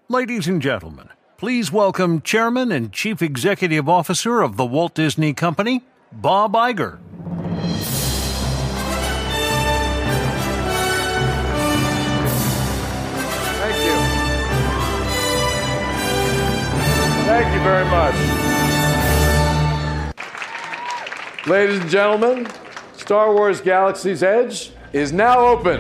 Ladies and gentlemen, please welcome Chairman and Chief Executive Officer of the Walt Disney Company, Bob Iger. Thank you. Thank you very much. Ladies and gentlemen, Star Wars Galaxy's Edge is now open.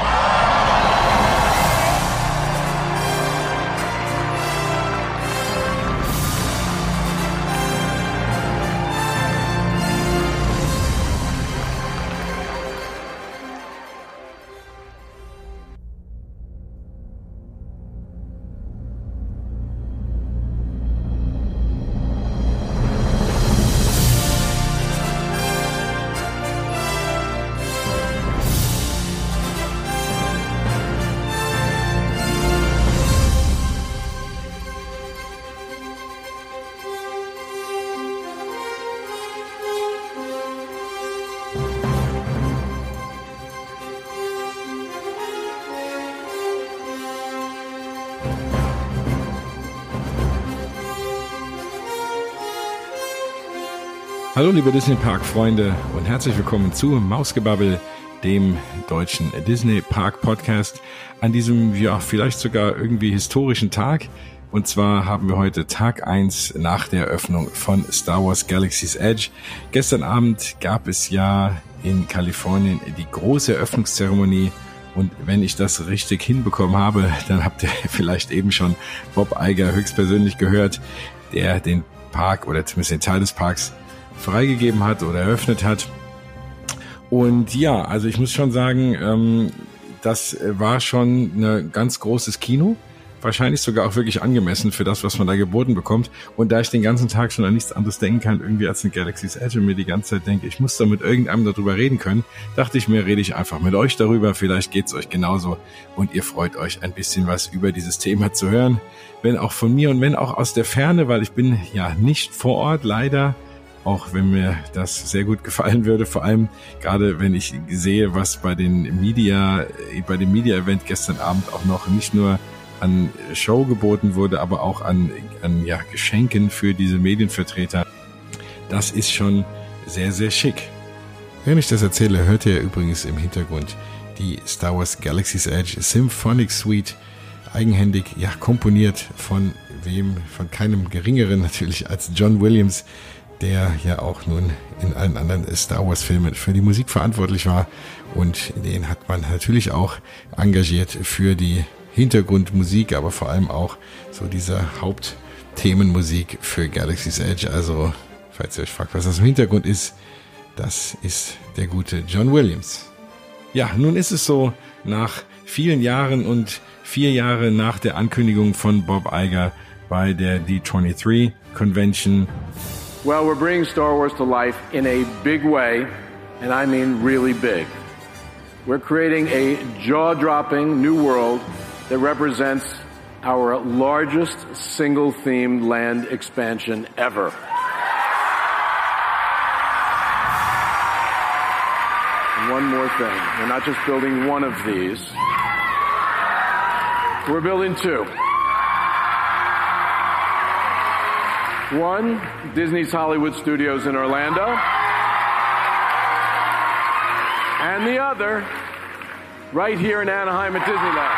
Hallo liebe Disney-Park-Freunde und herzlich willkommen zu Mausgebabbel, dem deutschen Disney-Park-Podcast, an diesem ja vielleicht sogar irgendwie historischen Tag. Und zwar haben wir heute Tag 1 nach der Eröffnung von Star Wars Galaxy's Edge. Gestern Abend gab es ja in Kalifornien die große Eröffnungszeremonie. Und wenn ich das richtig hinbekommen habe, dann habt ihr vielleicht eben schon Bob Iger höchstpersönlich gehört, der den Park oder zumindest den Teil des Parks freigegeben hat oder eröffnet hat. Und ja, also ich muss schon sagen, das war schon ein ganz großes Kino. Wahrscheinlich sogar auch wirklich angemessen für das, was man da geboten bekommt. Und da ich den ganzen Tag schon an nichts anderes denken kann, irgendwie als in Galaxy's Edge und mir die ganze Zeit denke, ich muss da mit irgendeinem darüber reden können, dachte ich mir, rede ich einfach mit euch darüber. Vielleicht geht's euch genauso und ihr freut euch ein bisschen was über dieses Thema zu hören. Wenn auch von mir und wenn auch aus der Ferne, weil ich bin ja nicht vor Ort, leider. Auch wenn mir das sehr gut gefallen würde, vor allem gerade wenn ich sehe, was bei dem Media-Event gestern Abend auch noch nicht nur an Show geboten wurde, aber auch an Geschenken für diese Medienvertreter. Das ist schon sehr, sehr schick. Wenn ich das erzähle, hört ihr übrigens im Hintergrund die Star Wars Galaxy's Edge Symphonic Suite, eigenhändig komponiert von wem? Von keinem geringeren natürlich als John Williams, der ja auch nun in allen anderen Star Wars Filmen für die Musik verantwortlich war, und den hat man natürlich auch engagiert für die Hintergrundmusik, aber vor allem auch so diese Hauptthemenmusik für Galaxy's Edge. Also, falls ihr euch fragt, was das im Hintergrund ist, das ist der gute John Williams. Ja, nun ist es so, nach vielen Jahren und 4 Jahre nach der Ankündigung von Bob Iger bei der D23 Convention. Well, we're bringing Star Wars to life in a big way, and I mean really big. We're creating a jaw-dropping new world that represents our largest single-themed land expansion ever. And one more thing, we're not just building one of these, we're building 2. One, Disney's Hollywood Studios in Orlando. And the other, right here in Anaheim at Disneyland.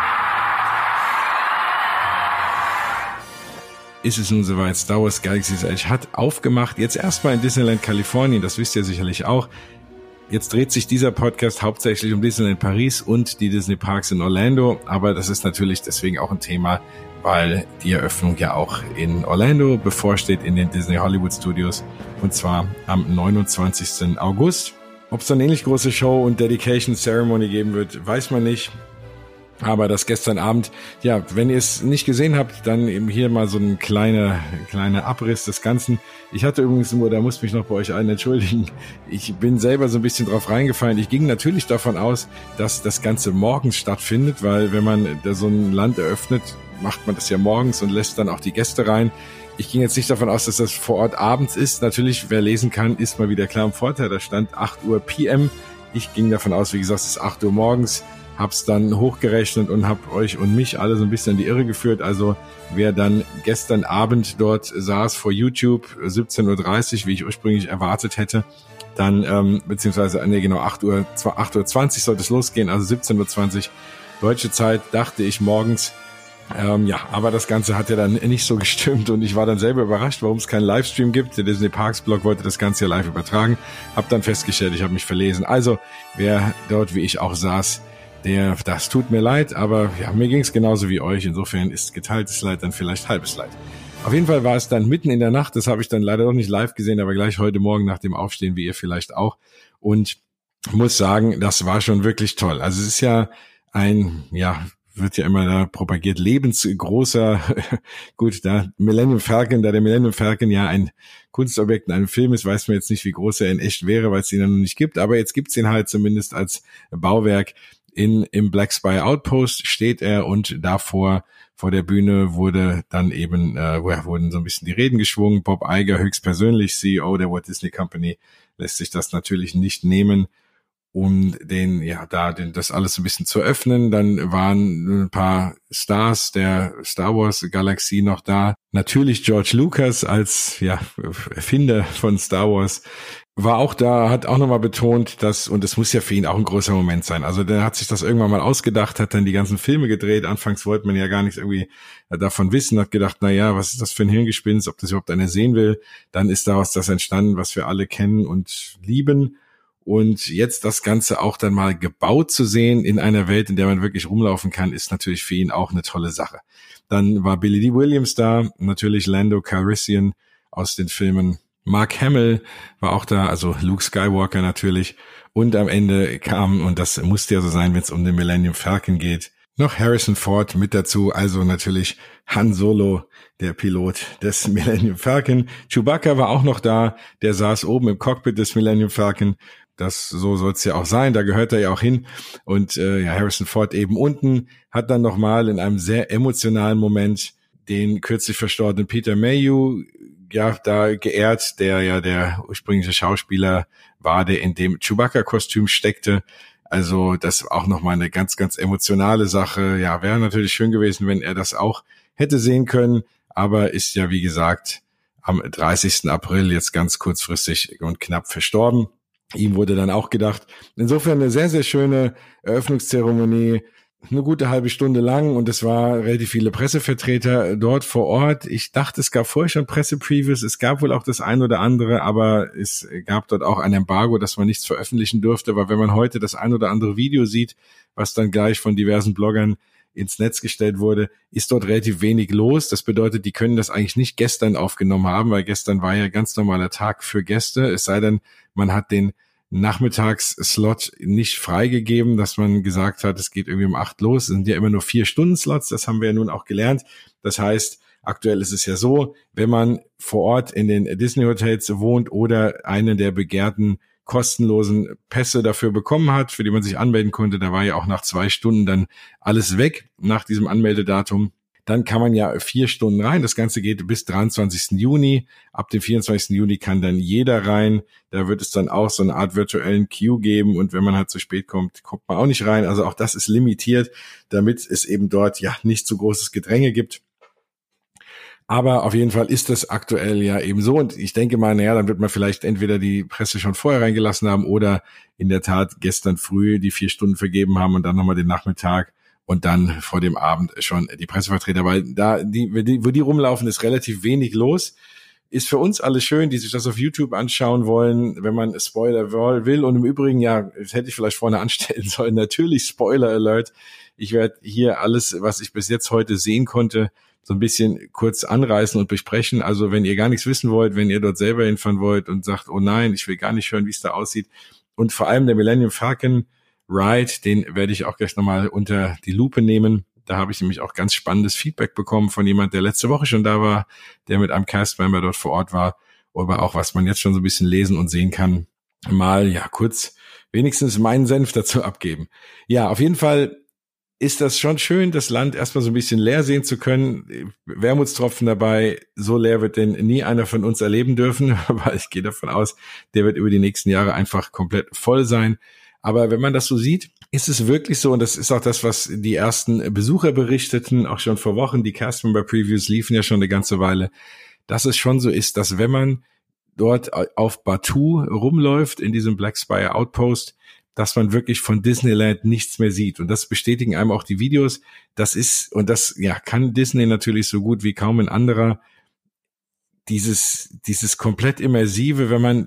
Ist es nun soweit, Star Wars Galaxy's Edge hat aufgemacht. Jetzt erstmal in Disneyland Kalifornien, das wisst ihr sicherlich auch. Jetzt dreht sich dieser Podcast hauptsächlich um Disneyland Paris und die Disney Parks in Orlando. Aber das ist natürlich deswegen auch ein Thema, weil die Eröffnung ja auch in Orlando bevorsteht, in den Disney Hollywood Studios, und zwar am 29. August. Ob es dann ähnlich große Show und Dedication Ceremony geben wird, weiß man nicht. Aber das gestern Abend, ja, wenn ihr es nicht gesehen habt, dann eben hier mal so ein kleiner Abriss des Ganzen. Ich hatte übrigens nur, da muss mich noch bei euch allen entschuldigen, ich bin selber so ein bisschen drauf reingefallen. Ich ging natürlich davon aus, dass das Ganze morgens stattfindet, weil wenn man da so ein Land eröffnet, macht man das ja morgens und lässt dann auch die Gäste rein. Ich ging jetzt nicht davon aus, dass das vor Ort abends ist. Natürlich, wer lesen kann, ist mal wieder klar im Vorteil. Da stand 8 Uhr PM. Ich ging davon aus, wie gesagt, es ist 8 Uhr morgens. hab's dann hochgerechnet und hab euch und mich alle so ein bisschen in die Irre geführt. Also wer dann gestern Abend dort saß vor YouTube, 17:30 Uhr, wie ich ursprünglich erwartet hätte, dann, beziehungsweise, 8:20 Uhr sollte es losgehen, also 17:20 Uhr deutsche Zeit, dachte ich morgens. Aber das Ganze hat ja dann nicht so gestimmt und ich war dann selber überrascht, warum es keinen Livestream gibt. Der Disney Parks Blog wollte das Ganze ja live übertragen. Hab dann festgestellt, ich habe mich verlesen. Also, wer dort wie ich auch saß, das tut mir leid, aber ja, mir ging es genauso wie euch. Insofern ist geteiltes Leid dann vielleicht halbes Leid. Auf jeden Fall war es dann mitten in der Nacht. Das habe ich dann leider noch nicht live gesehen, aber gleich heute Morgen nach dem Aufstehen, wie ihr vielleicht auch. Und muss sagen, das war schon wirklich toll. Also es ist ja wird ja immer da propagiert, lebensgroßer, gut, der Millennium Falcon ja ein Kunstobjekt in einem Film ist, weiß man jetzt nicht, wie groß er in echt wäre, weil es ihn ja noch nicht gibt, aber jetzt gibt's ihn halt zumindest als Bauwerk im Black Spire Outpost steht er und davor, vor der Bühne wurden so ein bisschen die Reden geschwungen. Bob Iger höchstpersönlich, CEO der Walt Disney Company, lässt sich das natürlich nicht nehmen, um das alles ein bisschen zu öffnen. Dann waren ein paar Stars der Star Wars Galaxie noch da. Natürlich George Lucas als Erfinder von Star Wars war auch da, hat auch nochmal betont, und es muss ja für ihn auch ein großer Moment sein. Also der hat sich das irgendwann mal ausgedacht, hat dann die ganzen Filme gedreht. Anfangs wollte man ja gar nichts irgendwie davon wissen, hat gedacht, was ist das für ein Hirngespinst, ob das überhaupt einer sehen will. Dann ist daraus das entstanden, was wir alle kennen und lieben. Und jetzt das Ganze auch dann mal gebaut zu sehen in einer Welt, in der man wirklich rumlaufen kann, ist natürlich für ihn auch eine tolle Sache. Dann war Billy Dee Williams da, natürlich Lando Calrissian aus den Filmen. Mark Hamill war auch da, also Luke Skywalker natürlich. Und am Ende kam, und das musste ja so sein, wenn es um den Millennium Falcon geht, noch Harrison Ford mit dazu, also natürlich Han Solo, der Pilot des Millennium Falcon. Chewbacca war auch noch da, der saß oben im Cockpit des Millennium Falcon. So soll es ja auch sein, da gehört er ja auch hin. Und Harrison Ford eben unten, hat dann nochmal in einem sehr emotionalen Moment den kürzlich verstorbenen Peter Mayhew da geehrt, der ja der ursprüngliche Schauspieler war, der in dem Chewbacca-Kostüm steckte. Also das auch nochmal eine ganz, ganz emotionale Sache. Ja, wäre natürlich schön gewesen, wenn er das auch hätte sehen können, aber ist ja, wie gesagt, am 30. April jetzt ganz kurzfristig und knapp verstorben. Ihm wurde dann auch gedacht. Insofern eine sehr, sehr schöne Eröffnungszeremonie, eine gute halbe Stunde lang, und es war relativ viele Pressevertreter dort vor Ort. Ich dachte, es gab vorher schon Pressepreviews, es gab wohl auch das ein oder andere, aber es gab dort auch ein Embargo, dass man nichts veröffentlichen durfte, weil wenn man heute das ein oder andere Video sieht, was dann gleich von diversen Bloggern ins Netz gestellt wurde, ist dort relativ wenig los. Das bedeutet, die können das eigentlich nicht gestern aufgenommen haben, weil gestern war ja ganz normaler Tag für Gäste, es sei denn, man hat den Nachmittagsslot nicht freigegeben, dass man gesagt hat, es geht irgendwie um 8 los. Es sind ja immer nur 4-Stunden-Slots, das haben wir ja nun auch gelernt. Das heißt, aktuell ist es ja so, wenn man vor Ort in den Disney-Hotels wohnt oder einen der begehrten kostenlosen Pässe dafür bekommen hat, für die man sich anmelden konnte, da war ja auch nach 2 Stunden dann alles weg nach diesem Anmeldedatum. Dann kann man ja 4 Stunden rein. Das Ganze geht bis 23. Juni. Ab dem 24. Juni kann dann jeder rein. Da wird es dann auch so eine Art virtuellen Queue geben. Und wenn man halt zu spät kommt, kommt man auch nicht rein. Also auch das ist limitiert, damit es eben dort nicht so großes Gedränge gibt. Aber auf jeden Fall ist das aktuell ja eben so. Und ich denke mal, dann wird man vielleicht entweder die Presse schon vorher reingelassen haben oder in der Tat gestern früh die 4 Stunden vergeben haben und dann nochmal den Nachmittag und dann vor dem Abend schon die Pressevertreter, weil wo die rumlaufen, ist relativ wenig los. Ist für uns alles schön, die sich das auf YouTube anschauen wollen, wenn man Spoiler will. Und im Übrigen, das hätte ich vielleicht vorne anstellen sollen, natürlich Spoiler Alert. Ich werde hier alles, was ich bis jetzt heute sehen konnte, so ein bisschen kurz anreißen und besprechen. Also wenn ihr gar nichts wissen wollt, wenn ihr dort selber hinfahren wollt und sagt, oh nein, ich will gar nicht hören, wie es da aussieht. Und vor allem der Millennium Falcon Ride, den werde ich auch gleich nochmal unter die Lupe nehmen. Da habe ich nämlich auch ganz spannendes Feedback bekommen von jemand, der letzte Woche schon da war, der mit einem Castmember dort vor Ort war, aber auch was man jetzt schon so ein bisschen lesen und sehen kann, mal kurz wenigstens meinen Senf dazu abgeben. Ja, auf jeden Fall ist das schon schön, das Land erstmal so ein bisschen leer sehen zu können. Wermutstropfen dabei, so leer wird denn nie einer von uns erleben dürfen, aber ich gehe davon aus, der wird über die nächsten Jahre einfach komplett voll sein. Aber wenn man das so sieht, ist es wirklich so, und das ist auch das, was die ersten Besucher berichteten, auch schon vor Wochen, die Castmember-Previews liefen ja schon eine ganze Weile, dass es schon so ist, dass wenn man dort auf Batuu rumläuft, in diesem Black Spire Outpost, dass man wirklich von Disneyland nichts mehr sieht. Und das bestätigen einem auch die Videos. Das ist, und das kann Disney natürlich so gut wie kaum ein anderer, dieses komplett immersive, wenn man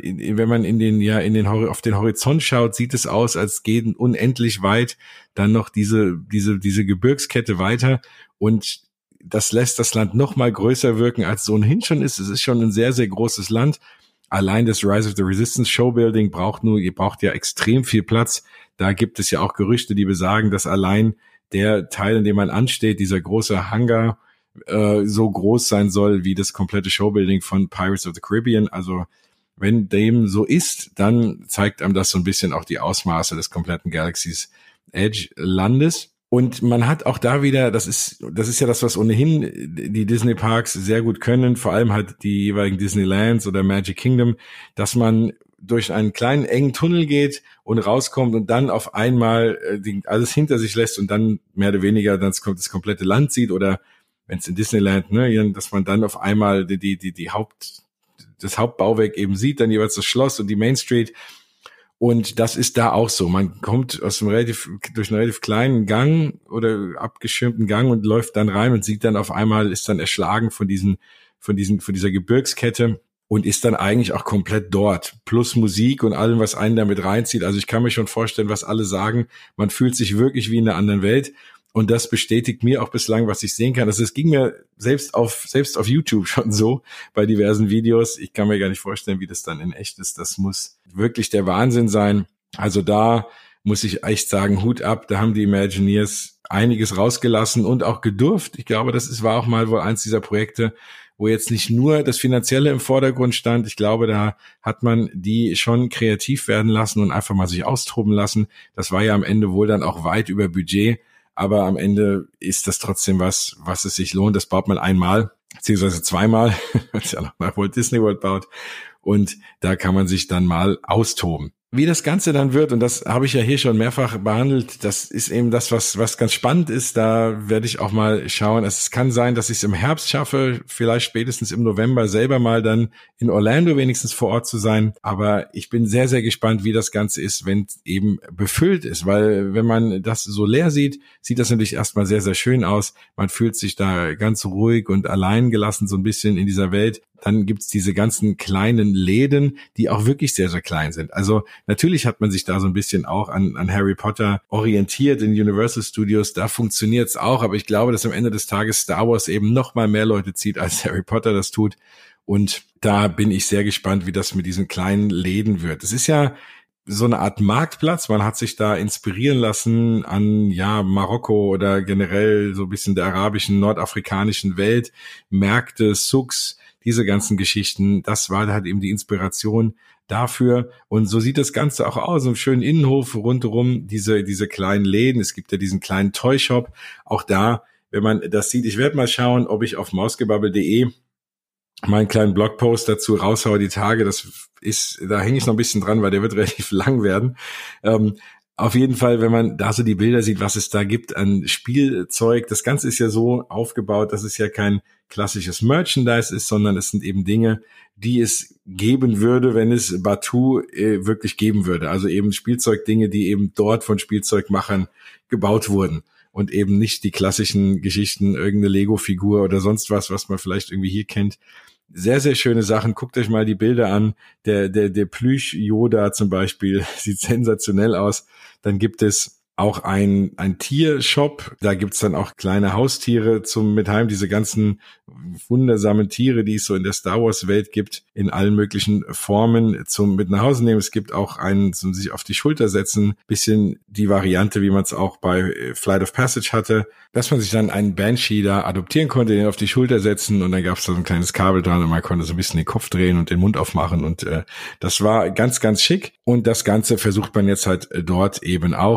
auf den Horizont schaut, sieht es aus, als gehen unendlich weit dann noch diese Gebirgskette weiter, und das lässt das Land noch mal größer wirken, als es ohnehin schon ist. Es ist schon ein sehr, sehr großes Land. Allein das Rise of the Resistance Showbuilding braucht ja extrem viel Platz. Da gibt es ja auch Gerüchte, die besagen, dass allein der Teil, in dem man ansteht, dieser große Hangar, so groß sein soll wie das komplette Showbuilding von Pirates of the Caribbean. Also wenn dem so ist, dann zeigt einem das so ein bisschen auch die Ausmaße des kompletten Galaxy's Edge Landes. Und man hat auch da wieder, das ist ja das, was ohnehin die Disney Parks sehr gut können, vor allem halt die jeweiligen Disneylands oder Magic Kingdom, dass man durch einen kleinen engen Tunnel geht und rauskommt und dann auf einmal alles hinter sich lässt und dann mehr oder weniger dann das komplette Land sieht, oder wenn es in Disneyland, dass man dann auf einmal das Hauptbauwerk eben sieht, dann jeweils das Schloss und die Main Street. Und das ist da auch so. Man kommt durch einen relativ kleinen Gang oder abgeschirmten Gang und läuft dann rein und sieht dann auf einmal, ist dann erschlagen von dieser Gebirgskette und ist dann eigentlich auch komplett dort. Plus Musik und allem, was einen damit reinzieht. Also ich kann mir schon vorstellen, was alle sagen. Man fühlt sich wirklich wie in einer anderen Welt. Und das bestätigt mir auch bislang, was ich sehen kann. Also es ging mir selbst auf YouTube schon so bei diversen Videos. Ich kann mir gar nicht vorstellen, wie das dann in echt ist. Das muss wirklich der Wahnsinn sein. Also da muss ich echt sagen, Hut ab. Da haben die Imagineers einiges rausgelassen und auch gedurft. Ich glaube, war auch mal wohl eins dieser Projekte, wo jetzt nicht nur das Finanzielle im Vordergrund stand. Ich glaube, da hat man die schon kreativ werden lassen und einfach mal sich austoben lassen. Das war ja am Ende wohl dann auch weit über Budget. Aber am Ende ist das trotzdem was es sich lohnt. Das baut man einmal, beziehungsweise zweimal, weil es ja noch nach Walt Disney World baut. Und da kann man sich dann mal austoben. Wie das Ganze dann wird, und das habe ich ja hier schon mehrfach behandelt, das ist eben das, was ganz spannend ist. Da werde ich auch mal schauen. Es kann sein, dass ich es im Herbst schaffe, vielleicht spätestens im November selber mal dann in Orlando wenigstens vor Ort zu sein. Aber ich bin sehr, sehr gespannt, wie das Ganze ist, wenn es eben befüllt ist. Weil wenn man das so leer sieht, sieht das natürlich erstmal sehr, sehr schön aus. Man fühlt sich da ganz ruhig und allein gelassen so ein bisschen in dieser Welt. Dann gibt's diese ganzen kleinen Läden, die auch wirklich sehr, sehr klein sind. Also natürlich hat man sich da so ein bisschen auch an Harry Potter orientiert in Universal Studios. Da funktioniert's auch, aber ich glaube, dass am Ende des Tages Star Wars eben noch mal mehr Leute zieht, als Harry Potter das tut. Und da bin ich sehr gespannt, wie das mit diesen kleinen Läden wird. Es ist ja so eine Art Marktplatz. Man hat sich da inspirieren lassen an, Marokko oder generell so ein bisschen der arabischen, nordafrikanischen Welt. Märkte, Souks, diese ganzen Geschichten, das war halt eben die Inspiration dafür. Und so sieht das Ganze auch aus, im schönen Innenhof rundherum, diese kleinen Läden. Es gibt ja diesen kleinen Toy-Shop. Auch da, wenn man das sieht, ich werde mal schauen, ob ich auf mausgebabbel.de meinen kleinen Blogpost dazu raushaue, die Tage. Da hänge ich noch ein bisschen dran, weil der wird relativ lang werden. Auf jeden Fall, wenn man da so die Bilder sieht, was es da gibt an Spielzeug, das Ganze ist ja so aufgebaut, dass es ja kein klassisches Merchandise ist, sondern es sind eben Dinge, die es geben würde, wenn es Batuu wirklich geben würde. Also eben Spielzeugdinge, die eben dort von Spielzeugmachern gebaut wurden und eben nicht die klassischen Geschichten, irgendeine Lego-Figur oder sonst was man vielleicht irgendwie hier kennt. Sehr, sehr schöne Sachen. Guckt euch mal die Bilder an. Der Plüsch-Yoda zum Beispiel sieht sensationell aus. Dann gibt es auch ein Tiershop. Da gibt's dann auch kleine Haustiere mit heim. Diese ganzen wundersamen Tiere, die es so in der Star Wars Welt gibt, in allen möglichen Formen zum mit nach Hause nehmen. Es gibt auch einen zum sich auf die Schulter setzen. Bisschen die Variante, wie man es auch bei Flight of Passage hatte, dass man sich dann einen Banshee da adoptieren konnte, den auf die Schulter setzen und dann gab's da so ein kleines Kabel dran und man konnte so ein bisschen den Kopf drehen und den Mund aufmachen und das war ganz, ganz schick. Und das Ganze versucht man jetzt halt dort eben auch in Galaxy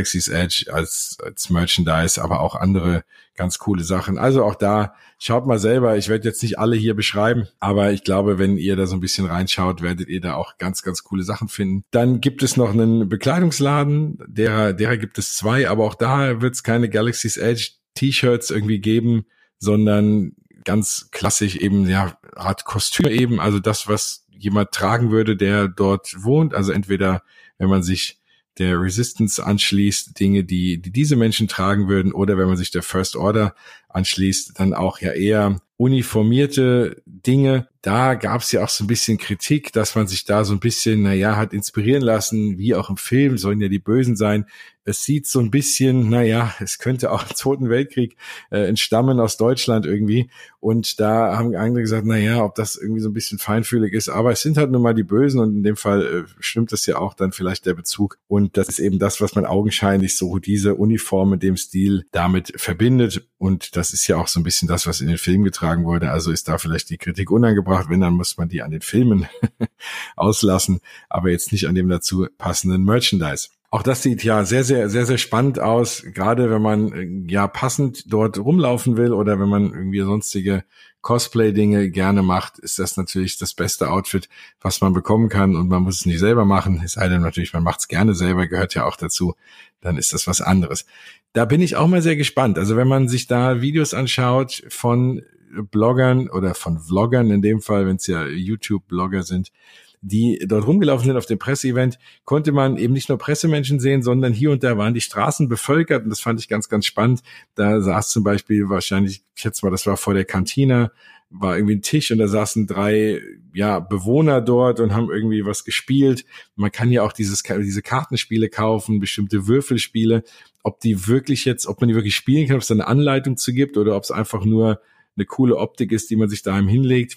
Galaxy's Edge als Merchandise, aber auch andere ganz coole Sachen. Also auch da, schaut mal selber. Ich werde jetzt nicht alle hier beschreiben, aber ich glaube, wenn ihr da so ein bisschen reinschaut, werdet ihr da auch ganz, ganz coole Sachen finden. Dann gibt es noch einen Bekleidungsladen, derer gibt es 2, aber auch da wird es keine Galaxy's Edge T-Shirts irgendwie geben, sondern ganz klassisch eben, ja, Art Kostüme eben, also das, was jemand tragen würde, der dort wohnt. Also entweder, wenn man sich der Resistance anschließt, Dinge, die diese Menschen tragen würden, oder wenn man sich der First Order anschließt, dann auch ja eher uniformierte Dinge. Da gab es ja auch so ein bisschen Kritik, dass man sich da so ein bisschen, hat inspirieren lassen, wie auch im Film, sollen ja die Bösen sein. Es sieht so ein bisschen, es könnte auch im Zweiten Weltkrieg entstammen aus Deutschland irgendwie. Und da haben andere gesagt, ob das irgendwie so ein bisschen feinfühlig ist. Aber es sind halt nun mal die Bösen und in dem Fall stimmt das ja auch dann vielleicht der Bezug. Und das ist eben das, was man augenscheinlich so diese Uniform mit dem Stil damit verbindet. Und das ist ja auch so ein bisschen das, was in den Film getragen wurde. Also ist da vielleicht die Kritik unangebracht. Wenn, dann muss man die an den Filmen auslassen, aber jetzt nicht an dem dazu passenden Merchandise. Auch das sieht ja sehr, sehr, sehr, sehr spannend aus, gerade wenn man passend dort rumlaufen will oder wenn man irgendwie sonstige Cosplay-Dinge gerne macht, ist das natürlich das beste Outfit, was man bekommen kann, und man muss es nicht selber machen, es sei denn natürlich, man macht es gerne selber, gehört ja auch dazu, dann ist das was anderes. Da bin ich auch mal sehr gespannt. Also wenn man sich da Videos anschaut von Bloggern oder von Vloggern in dem Fall, wenn es ja YouTube-Blogger sind, die dort rumgelaufen sind auf dem Presseevent, konnte man eben nicht nur Pressemenschen sehen, sondern hier und da waren die Straßen bevölkert, und das fand ich ganz, ganz spannend. Da saß zum Beispiel wahrscheinlich, ich schätze mal, das war vor der Kantine, war irgendwie ein Tisch, und da saßen 3 Bewohner dort und haben irgendwie was gespielt. Man kann ja auch diese Kartenspiele kaufen, bestimmte Würfelspiele, ob man die wirklich spielen kann, ob es da eine Anleitung zu gibt oder ob es einfach nur eine coole Optik ist, die man sich daheim hinlegt.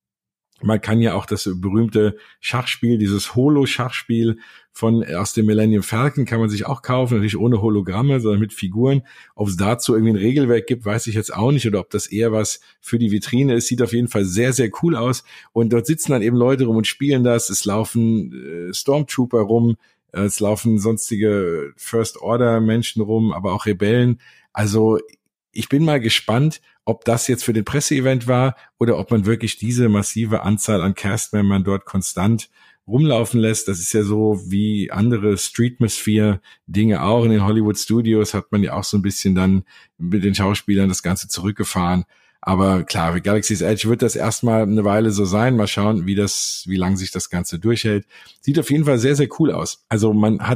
Man kann ja auch das berühmte Schachspiel, dieses Holo-Schachspiel aus dem Millennium Falcon kann man sich auch kaufen, natürlich ohne Hologramme, sondern mit Figuren. Ob es dazu irgendwie ein Regelwerk gibt, weiß ich jetzt auch nicht, oder ob das eher was für die Vitrine ist. Sieht auf jeden Fall sehr, sehr cool aus. Und dort sitzen dann eben Leute rum und spielen das. Es laufen Stormtrooper rum, es laufen sonstige First Order Menschen rum, aber auch Rebellen. Also ich bin mal gespannt, ob das jetzt für den Presseevent war oder ob man wirklich diese massive Anzahl an Castmembern dort konstant rumlaufen lässt. Das ist ja so wie andere Streetmosphere-Dinge auch. In den Hollywood Studios hat man ja auch so ein bisschen dann mit den Schauspielern das Ganze zurückgefahren. Aber klar, mit Galaxy's Edge wird das erstmal eine Weile so sein. Mal schauen, wie lange sich das Ganze durchhält. Sieht auf jeden Fall sehr, sehr cool aus. Also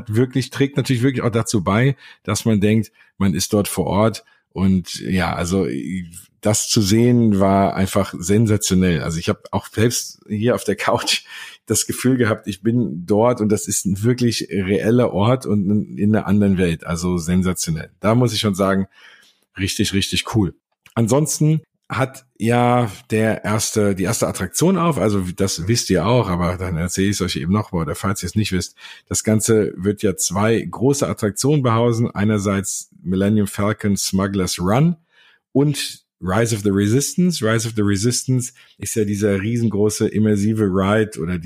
trägt natürlich wirklich auch dazu bei, dass man denkt, man ist dort vor Ort. Und also das zu sehen war einfach sensationell. Also ich habe auch selbst hier auf der Couch das Gefühl gehabt, ich bin dort und das ist ein wirklich reeller Ort und in einer anderen Welt. Also sensationell. Da muss ich schon sagen, richtig, richtig cool. Ansonsten hat die erste Attraktion auf, also das wisst ihr auch, aber dann erzähle ich es euch eben nochmal, oder falls ihr es nicht wisst, das Ganze wird ja 2 große Attraktionen behausen, einerseits Millennium Falcon Smuggler's Run und Rise of the Resistance. Rise of the Resistance ist ja dieser riesengroße immersive Ride oder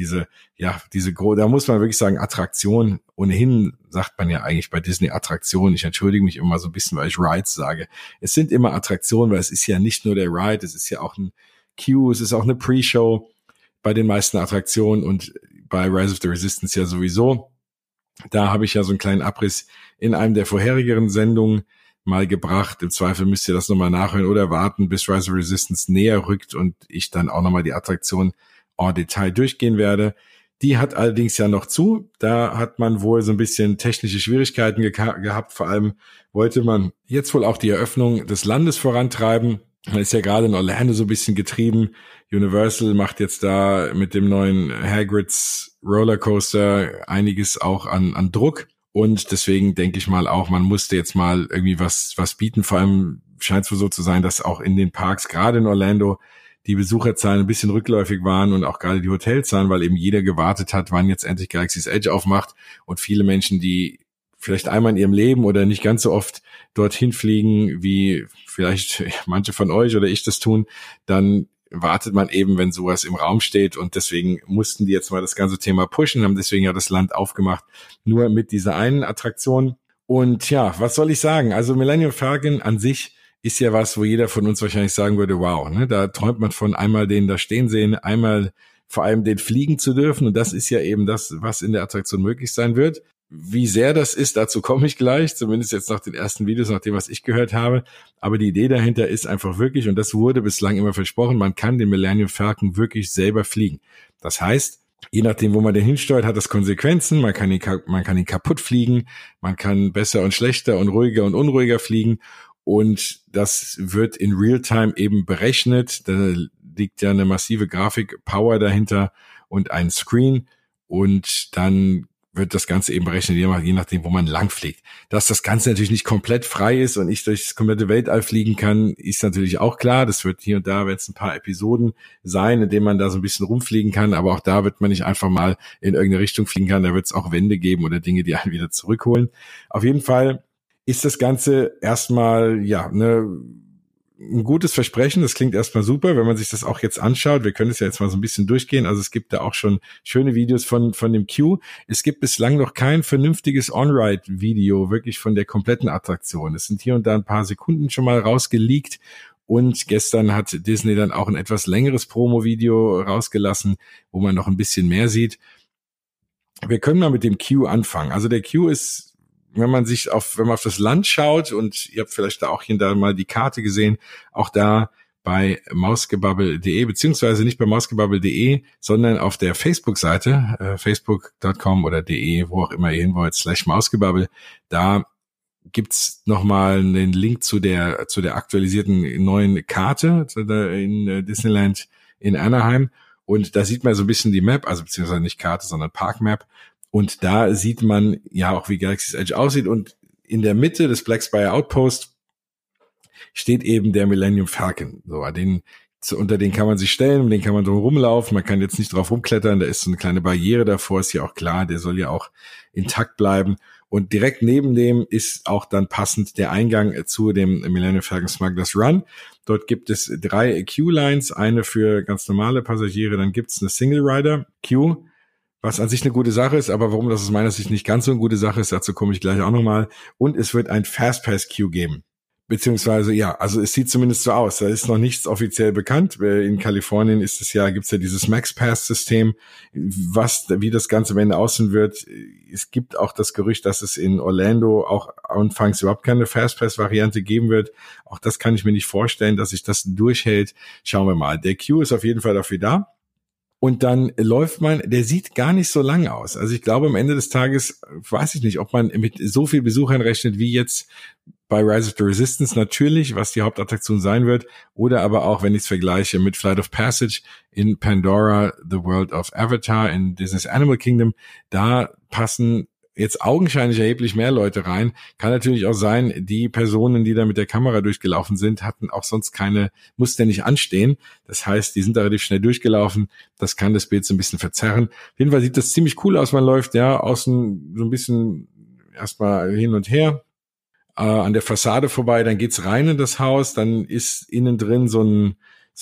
da muss man wirklich sagen, Attraktion. Ohnehin sagt man ja eigentlich bei Disney Attraktion. Ich entschuldige mich immer so ein bisschen, weil ich Rides sage. Es sind immer Attraktionen, weil es ist ja nicht nur der Ride, es ist ja auch ein Queue, es ist auch eine Pre-Show bei den meisten Attraktionen und bei Rise of the Resistance ja sowieso. Da habe ich ja so einen kleinen Abriss in einem der vorherigeren Sendungen mal gebracht. Im Zweifel müsst ihr das nochmal nachhören oder warten, bis Rise of Resistance näher rückt und ich dann auch nochmal die Attraktion en Detail durchgehen werde. Die hat allerdings ja noch zu. Da hat man wohl so ein bisschen technische Schwierigkeiten gehabt. Vor allem wollte man jetzt wohl auch die Eröffnung des Landes vorantreiben. Man ist ja gerade in Orlando so ein bisschen getrieben. Universal macht jetzt da mit dem neuen Hagrid's Rollercoaster einiges auch an Druck. Und deswegen denke ich mal auch, man musste jetzt mal irgendwie was bieten. Vor allem scheint es wohl so zu sein, dass auch in den Parks, gerade in Orlando, die Besucherzahlen ein bisschen rückläufig waren und auch gerade die Hotelzahlen, weil eben jeder gewartet hat, wann jetzt endlich Galaxy's Edge aufmacht. Und viele Menschen, die vielleicht einmal in ihrem Leben oder nicht ganz so oft dorthin fliegen, wie vielleicht manche von euch oder ich das tun, dann wartet man eben, wenn sowas im Raum steht, und deswegen mussten die jetzt mal das ganze Thema pushen, haben deswegen ja das Land aufgemacht, nur mit dieser einen Attraktion. Und ja, was soll ich sagen? Also Millennium Falcon an sich ist ja was, wo jeder von uns wahrscheinlich sagen würde, wow, ne? Da träumt man von einmal den da stehen sehen, einmal vor allem den fliegen zu dürfen. Und das ist ja eben das, was in der Attraktion möglich sein wird. Wie sehr das ist, dazu komme ich gleich, zumindest jetzt nach den ersten Videos, nach dem, was ich gehört habe. Aber die Idee dahinter ist einfach wirklich, und das wurde bislang immer versprochen, man kann den Millennium Falcon wirklich selber fliegen. Das heißt, je nachdem, wo man den hinsteuert, hat das Konsequenzen. Man kann ihn kaputt fliegen, man kann besser und schlechter und ruhiger und unruhiger fliegen. Und das wird in Realtime eben berechnet. Da liegt ja eine massive Grafikpower dahinter und ein Screen. Und dann wird das Ganze eben berechnet, je nachdem, wo man lang fliegt. Dass das Ganze natürlich nicht komplett frei ist und ich durch das komplette Weltall fliegen kann, ist natürlich auch klar. Das wird hier und da jetzt ein paar Episoden sein, in denen man da so ein bisschen rumfliegen kann. Aber auch da wird man nicht einfach mal in irgendeine Richtung fliegen kann. Da wird es auch Wände geben oder Dinge, die einen wieder zurückholen. Auf jeden Fall ist das Ganze erstmal, ja, ein gutes Versprechen. Das klingt erstmal super, wenn man sich das auch jetzt anschaut. Wir können es ja jetzt mal so ein bisschen durchgehen. Also es gibt da auch schon schöne Videos von dem Q. Es gibt bislang noch kein vernünftiges On-Ride-Video, wirklich von der kompletten Attraktion. Es sind hier und da ein paar Sekunden schon mal rausgeleakt. Und gestern hat Disney dann auch ein etwas längeres Promo-Video rausgelassen, wo man noch ein bisschen mehr sieht. Wir können mal mit dem Q anfangen. Also der Q ist, wenn man auf das Land schaut, und ihr habt vielleicht da auch hier und da mal die Karte gesehen, auch da bei mausgebabbel.de, beziehungsweise nicht bei mausgebabbel.de, sondern auf der Facebook-Seite, facebook.com oder de, wo auch immer ihr hin wollt, /mausgebabbel, da gibt's nochmal einen Link zu der aktualisierten neuen Karte in Disneyland in Anaheim. Und da sieht man so ein bisschen die Map, also beziehungsweise nicht Karte, sondern Park-Map. Und da sieht man ja auch, wie Galaxy's Edge aussieht. Und in der Mitte des Black Spire Outpost steht eben der Millennium Falcon. So, unter den kann man sich stellen, um den kann man drum rumlaufen. Man kann jetzt nicht drauf rumklettern. Da ist so eine kleine Barriere davor, ist ja auch klar. Der soll ja auch intakt bleiben. Und direkt neben dem ist auch dann passend der Eingang zu dem Millennium Falcon Smugglers Run. Dort gibt es 3 Q-Lines, eine für ganz normale Passagiere. Dann gibt es eine Single Rider Q, was an sich eine gute Sache ist, aber warum das aus meiner Sicht nicht ganz so eine gute Sache ist, dazu komme ich gleich auch nochmal. Und es wird ein Fastpass-Queue geben. Beziehungsweise, ja, also es sieht zumindest so aus. Da ist noch nichts offiziell bekannt. In Kalifornien gibt's ja dieses MaxPass-System, wie das Ganze am Ende aussehen wird. Es gibt auch das Gerücht, dass es in Orlando auch anfangs überhaupt keine Fastpass-Variante geben wird. Auch das kann ich mir nicht vorstellen, dass sich das durchhält. Schauen wir mal. Der Queue ist auf jeden Fall dafür da. Und dann läuft der sieht gar nicht so lang aus. Also ich glaube, am Ende des Tages, weiß ich nicht, ob man mit so viel Besuchern rechnet, wie jetzt bei Rise of the Resistance natürlich, was die Hauptattraktion sein wird, oder aber auch, wenn ich es vergleiche, mit Flight of Passage in Pandora, The World of Avatar in Disney's Animal Kingdom, da passen jetzt augenscheinlich erheblich mehr Leute rein. Kann natürlich auch sein, die Personen, die da mit der Kamera durchgelaufen sind, hatten auch sonst mussten ja nicht anstehen. Das heißt, die sind da relativ schnell durchgelaufen. Das kann das Bild so ein bisschen verzerren. Auf jeden Fall sieht das ziemlich cool aus. Man läuft ja außen so ein bisschen erstmal hin und her an der Fassade vorbei. Dann geht's rein in das Haus. Dann ist innen drin so eine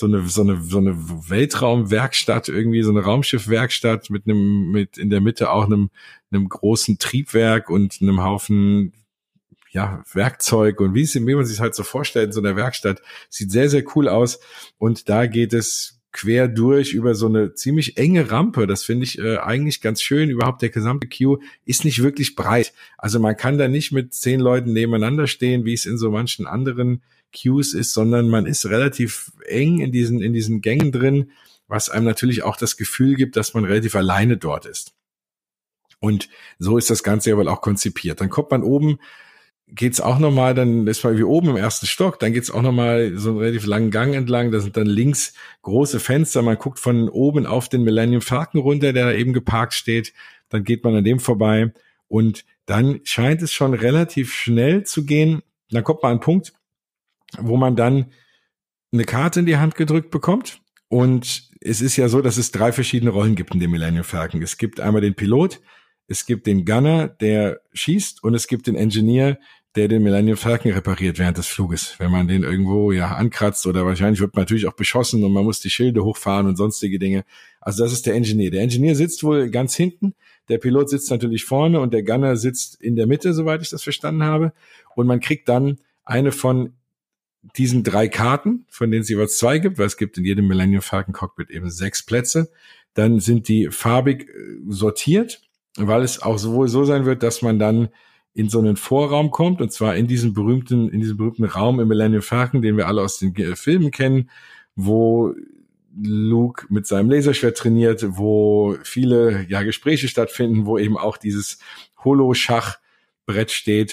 Weltraumwerkstatt, irgendwie so eine Raumschiffwerkstatt mit in der Mitte auch einem großen Triebwerk und einem Haufen, ja, Werkzeug und wie man sich halt so vorstellt in so einer Werkstatt. Sieht sehr, sehr cool aus. Und da geht es quer durch über so eine ziemlich enge Rampe. Das finde ich eigentlich ganz schön. Überhaupt der gesamte Queue ist nicht wirklich breit. Also man kann da nicht mit 10 Leuten nebeneinander stehen, wie es in so manchen anderen Queues ist, sondern man ist relativ eng in diesen Gängen drin, was einem natürlich auch das Gefühl gibt, dass man relativ alleine dort ist. Und so ist das Ganze ja wohl auch konzipiert. Dann kommt man oben, geht's auch nochmal, dann ist man wie oben im ersten Stock, dann geht's auch nochmal so einen relativ langen Gang entlang, da sind dann links große Fenster, man guckt von oben auf den Millennium Falcon runter, der da eben geparkt steht, dann geht man an dem vorbei und dann scheint es schon relativ schnell zu gehen, dann kommt man an einen Punkt, wo man dann eine Karte in die Hand gedrückt bekommt. Und es ist ja so, dass es 3 verschiedene Rollen gibt in dem Millennium Falcon. Es gibt einmal den Pilot, es gibt den Gunner, der schießt, und es gibt den Engineer, der den Millennium Falcon repariert während des Fluges. Wenn man den irgendwo ankratzt, oder wahrscheinlich wird man natürlich auch beschossen und man muss die Schilde hochfahren und sonstige Dinge. Also das ist der Engineer. Der Engineer sitzt wohl ganz hinten, der Pilot sitzt natürlich vorne und der Gunner sitzt in der Mitte, soweit ich das verstanden habe. Und man kriegt dann eine von diesen 3 Karten, von denen es jeweils 2 gibt, weil es gibt in jedem Millennium Falcon Cockpit eben 6 Plätze. Dann sind die farbig sortiert, weil es auch sowohl so sein wird, dass man dann in so einen Vorraum kommt, und zwar in diesem berühmten Raum im Millennium Falcon, den wir alle aus den Filmen kennen, wo Luke mit seinem Laserschwert trainiert, wo viele Gespräche stattfinden, wo eben auch dieses Holo-Schachbrett steht.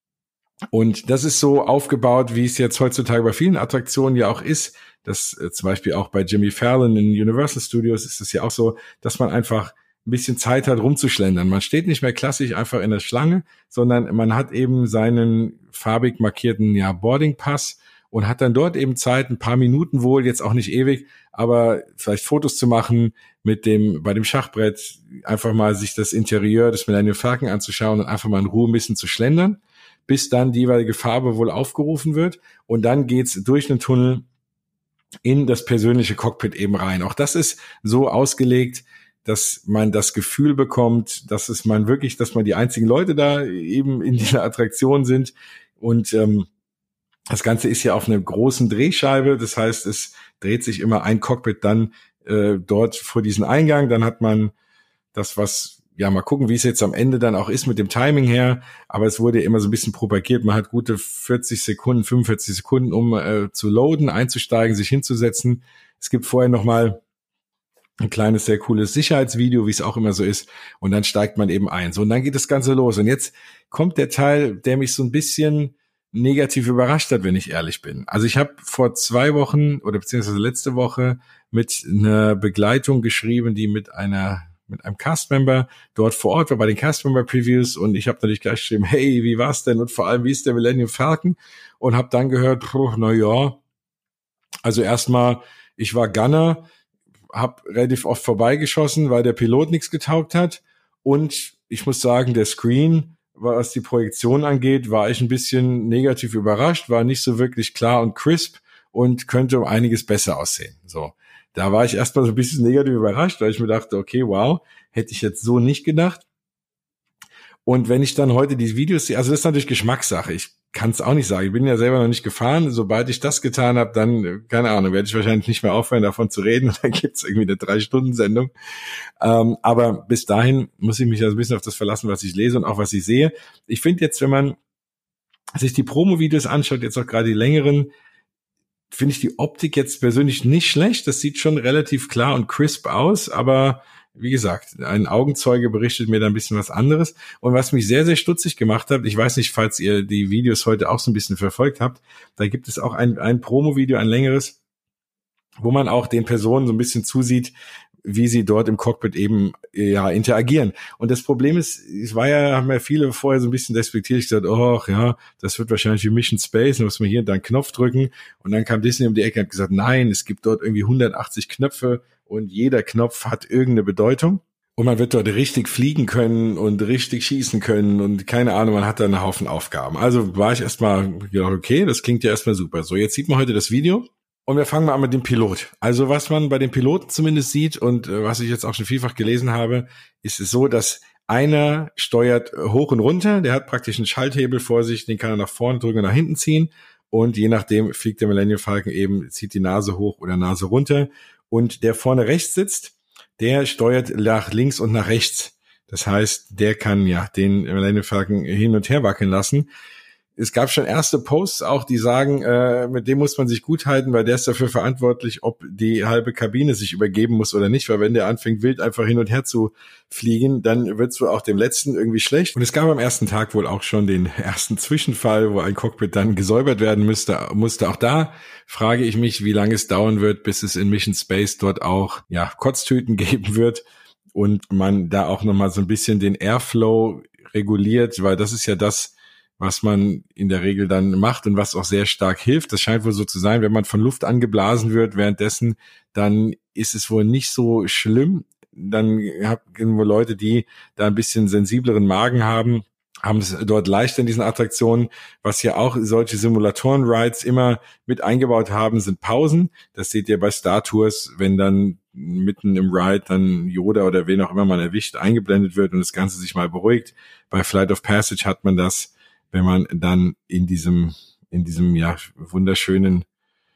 Und das ist so aufgebaut, wie es jetzt heutzutage bei vielen Attraktionen ja auch ist. Das zum Beispiel auch bei Jimmy Fallon in Universal Studios ist es ja auch so, dass man einfach ein bisschen Zeit hat, rumzuschlendern. Man steht nicht mehr klassisch einfach in der Schlange, sondern man hat eben seinen farbig markierten Boarding Pass und hat dann dort eben Zeit, ein paar Minuten wohl, jetzt auch nicht ewig, aber vielleicht Fotos zu machen bei dem Schachbrett, einfach mal sich das Interieur des Millennium Falcon anzuschauen und einfach mal in Ruhe ein bisschen zu schlendern, bis dann die jeweilige Farbe wohl aufgerufen wird, und dann geht's durch den Tunnel in das persönliche Cockpit eben rein. Auch das ist so ausgelegt, dass man das Gefühl bekommt, dass man die einzigen Leute da eben in dieser Attraktion sind. Und das Ganze ist ja auf einer großen Drehscheibe. Das heißt, es dreht sich immer ein Cockpit dann dort vor diesen Eingang. Dann hat man das, mal gucken, wie es jetzt am Ende dann auch ist mit dem Timing her. Aber es wurde immer so ein bisschen propagiert. Man hat gute 45 Sekunden, um zu loaden, einzusteigen, sich hinzusetzen. Es gibt vorher nochmal ein kleines, sehr cooles Sicherheitsvideo, wie es auch immer so ist. Und dann steigt man eben ein. So, und dann geht das Ganze los. Und jetzt kommt der Teil, der mich so ein bisschen negativ überrascht hat, wenn ich ehrlich bin. Also ich habe vor 2 Wochen oder beziehungsweise letzte Woche mit einer Begleitung geschrieben, die mit einem Castmember dort vor Ort war bei den Castmember-Previews, und ich habe natürlich gleich geschrieben, hey, wie war's denn und vor allem, wie ist der Millennium Falcon? Und habe dann gehört, also erstmal, ich war Gunner, habe relativ oft vorbeigeschossen, weil der Pilot nichts getaugt hat, und ich muss sagen, der Screen, was die Projektion angeht, war ich ein bisschen negativ überrascht, war nicht so wirklich klar und crisp und könnte um einiges besser aussehen. So, da war ich erstmal so ein bisschen negativ überrascht, weil ich mir dachte, okay, wow, hätte ich jetzt so nicht gedacht. Und wenn ich dann heute die Videos sehe, also das ist natürlich Geschmackssache, ich kann es auch nicht sagen, ich bin ja selber noch nicht gefahren, sobald ich das getan habe, dann, keine Ahnung, werde ich wahrscheinlich nicht mehr aufhören, davon zu reden, und dann gibt's irgendwie eine 3-Stunden-Sendung. Aber bis dahin muss ich mich ja so ein bisschen auf das verlassen, was ich lese und auch was ich sehe. Ich finde jetzt, wenn man sich die Promo-Videos anschaut, jetzt auch gerade die längeren, finde ich die Optik jetzt persönlich nicht schlecht, das sieht schon relativ klar und crisp aus, aber wie gesagt, ein Augenzeuge berichtet mir da ein bisschen was anderes. Und was mich sehr, sehr stutzig gemacht hat, ich weiß nicht, falls ihr die Videos heute auch so ein bisschen verfolgt habt, da gibt es auch ein Promo-Video, ein längeres, wo man auch den Personen so ein bisschen zusieht, wie sie dort im Cockpit eben interagieren. Und das Problem ist, haben ja viele vorher so ein bisschen despektierlich gesagt, das wird wahrscheinlich wie Mission Space, dann muss man hier da einen Knopf drücken. Und dann kam Disney um die Ecke und hat gesagt, nein, es gibt dort irgendwie 180 Knöpfe und jeder Knopf hat irgendeine Bedeutung. Und man wird dort richtig fliegen können und richtig schießen können und keine Ahnung, man hat da einen Haufen Aufgaben. Also war ich erstmal gedacht, okay, das klingt ja erstmal super. So, jetzt sieht man heute das Video. Und wir fangen mal an mit dem Pilot. Also was man bei den Piloten zumindest sieht und was ich jetzt auch schon vielfach gelesen habe, ist es so, dass einer steuert hoch und runter, der hat praktisch einen Schalthebel vor sich, den kann er nach vorne drücken und nach hinten ziehen, und je nachdem fliegt der Millennium Falcon eben, zieht die Nase hoch oder Nase runter, und der vorne rechts sitzt, der steuert nach links und nach rechts. Das heißt, der kann den Millennium Falcon hin und her wackeln lassen. Es gab schon erste Posts auch, die sagen, mit dem muss man sich gut halten, weil der ist dafür verantwortlich, ob die halbe Kabine sich übergeben muss oder nicht, weil wenn der anfängt, wild einfach hin und her zu fliegen, dann wird es wohl auch dem Letzten irgendwie schlecht. Und es gab am ersten Tag wohl auch schon den ersten Zwischenfall, wo ein Cockpit dann gesäubert werden musste. Auch da frage ich mich, wie lange es dauern wird, bis es in Mission Space dort auch Kotztüten geben wird und man da auch nochmal so ein bisschen den Airflow reguliert, weil das ist ja das, was man in der Regel dann macht und was auch sehr stark hilft. Das scheint wohl so zu sein, wenn man von Luft angeblasen wird währenddessen, dann ist es wohl nicht so schlimm. Dann gibt es wohl Leute, die da ein bisschen sensibleren Magen haben. haben es dort leichter in diesen Attraktionen. Was ja auch solche Simulatoren-Rides immer mit eingebaut haben, sind Pausen. Das seht ihr bei Star Tours, wenn dann mitten im Ride dann Yoda oder wen auch immer man erwischt, eingeblendet wird und das Ganze sich mal beruhigt. Bei Flight of Passage hat man das, wenn man dann in dieser wunderschönen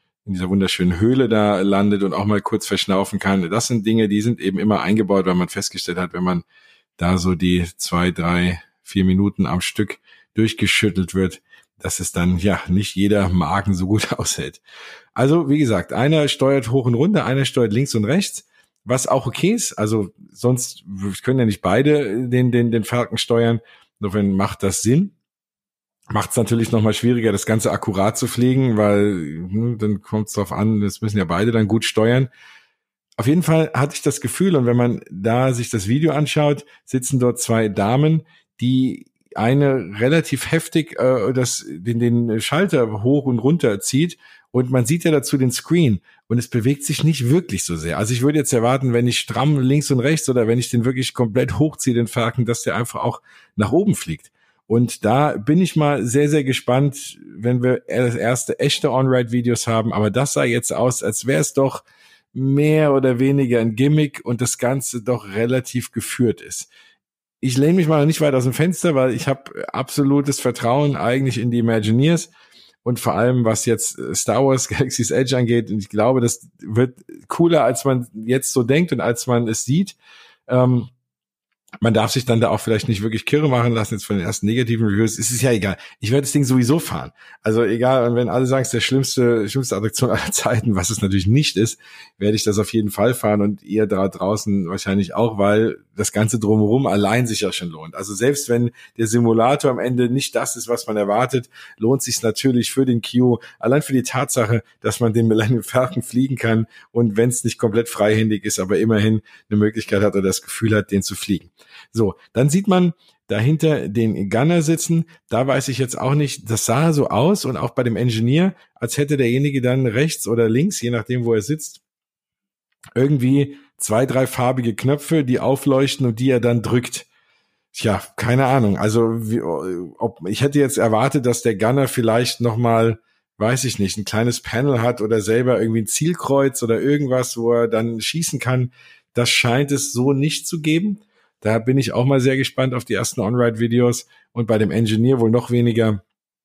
Höhle da landet und auch mal kurz verschnaufen kann. Das sind Dinge, die sind eben immer eingebaut, weil man festgestellt hat, wenn man da so die 2, 3, 4 Minuten am Stück durchgeschüttelt wird, dass es dann nicht jeder Magen so gut aushält. Also wie gesagt, einer steuert hoch und runter, einer steuert links und rechts, was auch okay ist. Also sonst können ja nicht beide den Falken steuern. Insofern macht das Sinn. Macht es natürlich nochmal schwieriger, das Ganze akkurat zu fliegen, weil dann kommt es drauf an, das müssen ja beide dann gut steuern. Auf jeden Fall hatte ich das Gefühl, und wenn man da sich das Video anschaut, sitzen dort 2 Damen, die eine relativ heftig den Schalter hoch und runter zieht, und man sieht ja dazu den Screen und es bewegt sich nicht wirklich so sehr. Also ich würde jetzt erwarten, wenn ich stramm links und rechts oder wenn ich den wirklich komplett hochziehe, den Falken, dass der einfach auch nach oben fliegt. Und da bin ich mal sehr, sehr gespannt, wenn wir das erste echte On-Ride-Videos haben. Aber das sah jetzt aus, als wäre es doch mehr oder weniger ein Gimmick und das Ganze doch relativ geführt ist. Ich lehne mich mal nicht weit aus dem Fenster, weil ich habe absolutes Vertrauen eigentlich in die Imagineers und vor allem, was jetzt Star Wars Galaxy's Edge angeht. Und ich glaube, das wird cooler, als man jetzt so denkt und als man es sieht. Man darf sich dann da auch vielleicht nicht wirklich kirre machen lassen, jetzt von den ersten negativen Reviews. Es ist ja egal. Ich werde das Ding sowieso fahren. Also egal, und wenn alle sagen, es ist der schlimmste Attraktion aller Zeiten, was es natürlich nicht ist, werde ich das auf jeden Fall fahren und ihr da draußen wahrscheinlich auch, weil das Ganze drumherum allein sich ja schon lohnt. Also selbst wenn der Simulator am Ende nicht das ist, was man erwartet, lohnt sich natürlich für den Q, allein für die Tatsache, dass man den Millennium Falcon fliegen kann und wenn es nicht komplett freihändig ist, aber immerhin eine Möglichkeit hat oder das Gefühl hat, den zu fliegen. So, dann sieht man dahinter den Gunner sitzen. Da weiß ich jetzt auch nicht, das sah so aus und auch bei dem Engineer, als hätte derjenige dann rechts oder links, je nachdem, wo er sitzt, irgendwie 2, 3 farbige Knöpfe, die aufleuchten und die er dann drückt. Tja, keine Ahnung. Also ich hätte jetzt erwartet, dass der Gunner vielleicht nochmal, weiß ich nicht, ein kleines Panel hat oder selber irgendwie ein Zielkreuz oder irgendwas, wo er dann schießen kann. Das scheint es so nicht zu geben. Da bin ich auch mal sehr gespannt auf die ersten On-Ride-Videos und bei dem Engineer wohl noch weniger.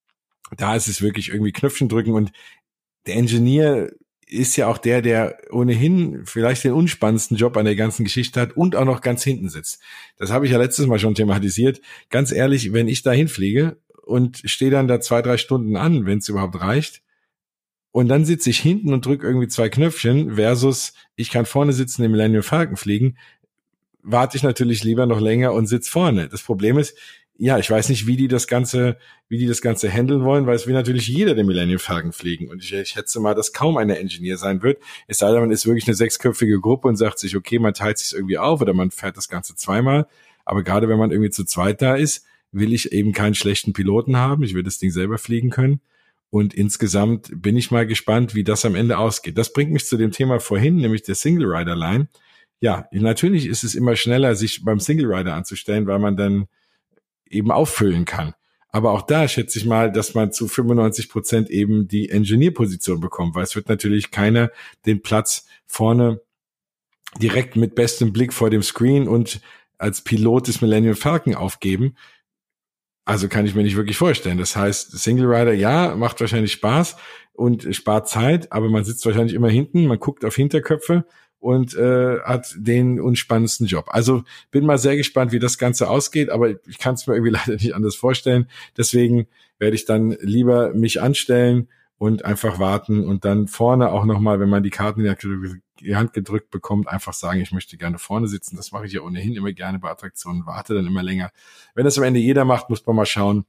Da ist es wirklich irgendwie Knöpfchen drücken und der Engineer ist ja auch der ohnehin vielleicht den unspannendsten Job an der ganzen Geschichte hat und auch noch ganz hinten sitzt. Das habe ich ja letztes Mal schon thematisiert. Ganz ehrlich, wenn ich da hinfliege und stehe dann da 2, 3 Stunden an, wenn es überhaupt reicht, und dann sitze ich hinten und drücke irgendwie 2 Knöpfchen versus ich kann vorne sitzen, den Millennium Falcon fliegen, warte ich natürlich lieber noch länger und sitze vorne. Das Problem ist, ja, ich weiß nicht, wie die das Ganze handeln wollen, weil es will natürlich jeder den Millennium Falcon fliegen. Und ich schätze mal, dass kaum einer Engineer sein wird. Es sei denn, man ist wirklich eine 6-köpfige Gruppe und sagt sich, okay, man teilt sich irgendwie auf oder man fährt das Ganze zweimal. Aber gerade wenn man irgendwie zu zweit da ist, will ich eben keinen schlechten Piloten haben. Ich will das Ding selber fliegen können. Und insgesamt bin ich mal gespannt, wie das am Ende ausgeht. Das bringt mich zu dem Thema vorhin, nämlich der Single Rider Line. Ja, natürlich ist es immer schneller, sich beim Single Rider anzustellen, weil man dann eben auffüllen kann. Aber auch da schätze ich mal, dass man zu 95% eben die Engineer-Position bekommt, weil es wird natürlich keiner den Platz vorne direkt mit bestem Blick vor dem Screen und als Pilot des Millennium Falcon aufgeben. Also kann ich mir nicht wirklich vorstellen. Das heißt, Single Rider, ja, macht wahrscheinlich Spaß und spart Zeit, aber man sitzt wahrscheinlich immer hinten, man guckt auf Hinterköpfe und hat den unspannendsten Job. Also bin mal sehr gespannt, wie das Ganze ausgeht, aber ich kann es mir irgendwie leider nicht anders vorstellen. Deswegen werde ich dann lieber mich anstellen und einfach warten und dann vorne auch nochmal, wenn man die Karten in die Hand gedrückt bekommt, einfach sagen, ich möchte gerne vorne sitzen. Das mache ich ja ohnehin immer gerne bei Attraktionen, warte dann immer länger. Wenn das am Ende jeder macht, muss man mal schauen,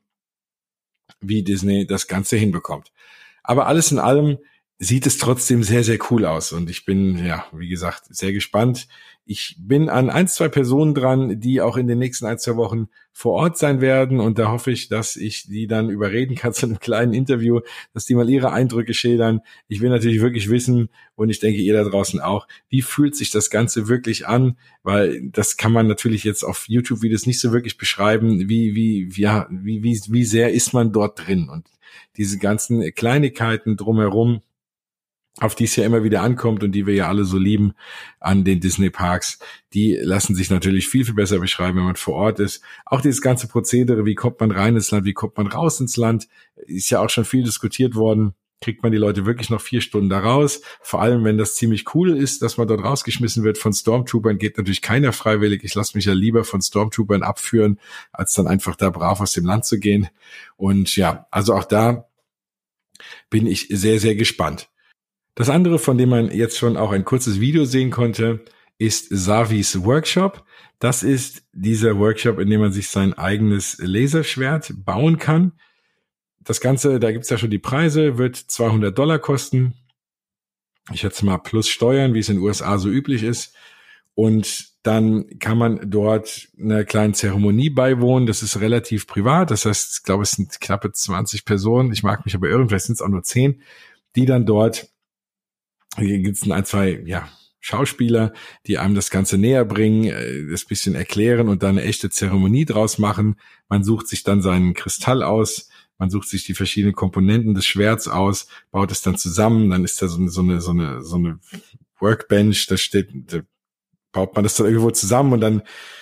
wie Disney das Ganze hinbekommt. Aber alles in allem sieht es trotzdem sehr, sehr cool aus. Und ich bin, ja, wie gesagt, sehr gespannt. Ich bin an 1-2 Personen dran, die auch in den nächsten 1-2 Wochen vor Ort sein werden und da hoffe ich, dass ich die dann überreden kann zu einem kleinen Interview, dass die mal ihre Eindrücke schildern. Ich will natürlich wirklich wissen und ich denke ihr da draußen auch, wie fühlt sich das Ganze wirklich an, weil das kann man natürlich jetzt auf YouTube-Videos nicht so wirklich beschreiben, wie sehr ist man dort drin und diese ganzen Kleinigkeiten drumherum, auf die es ja immer wieder ankommt und die wir ja alle so lieben an den Disney-Parks, die lassen sich natürlich viel, viel besser beschreiben, wenn man vor Ort ist. Auch dieses ganze Prozedere, wie kommt man rein ins Land, wie kommt man raus ins Land, ist ja auch schon viel diskutiert worden. Kriegt man die Leute wirklich noch 4 Stunden da raus? Vor allem, wenn das ziemlich cool ist, dass man dort rausgeschmissen wird von Stormtroopern, geht natürlich keiner freiwillig. Ich lasse mich ja lieber von Stormtroopern abführen, als dann einfach da brav aus dem Land zu gehen. Und ja, also auch da bin ich sehr, sehr gespannt. Das andere, von dem man jetzt schon auch ein kurzes Video sehen konnte, ist Savis Workshop. Das ist dieser Workshop, in dem man sich sein eigenes Laserschwert bauen kann. Das Ganze, da gibt's ja schon die Preise, wird $200 kosten. Ich schätze mal plus Steuern, wie es in den USA so üblich ist. Und dann kann man dort einer kleinen Zeremonie beiwohnen. Das ist relativ privat. Das heißt, ich glaube, es sind knappe 20 Personen. Ich mag mich aber irren, vielleicht sind es auch nur 10, die dann dort. Hier gibt's 1-2 Schauspieler, die einem das Ganze näher bringen, das bisschen erklären und dann eine echte Zeremonie draus machen. Man sucht sich dann seinen Kristall aus, man sucht sich die verschiedenen Komponenten des Schwerts aus, baut es dann zusammen, dann ist da so eine Workbench, da baut man das dann irgendwo zusammen und dann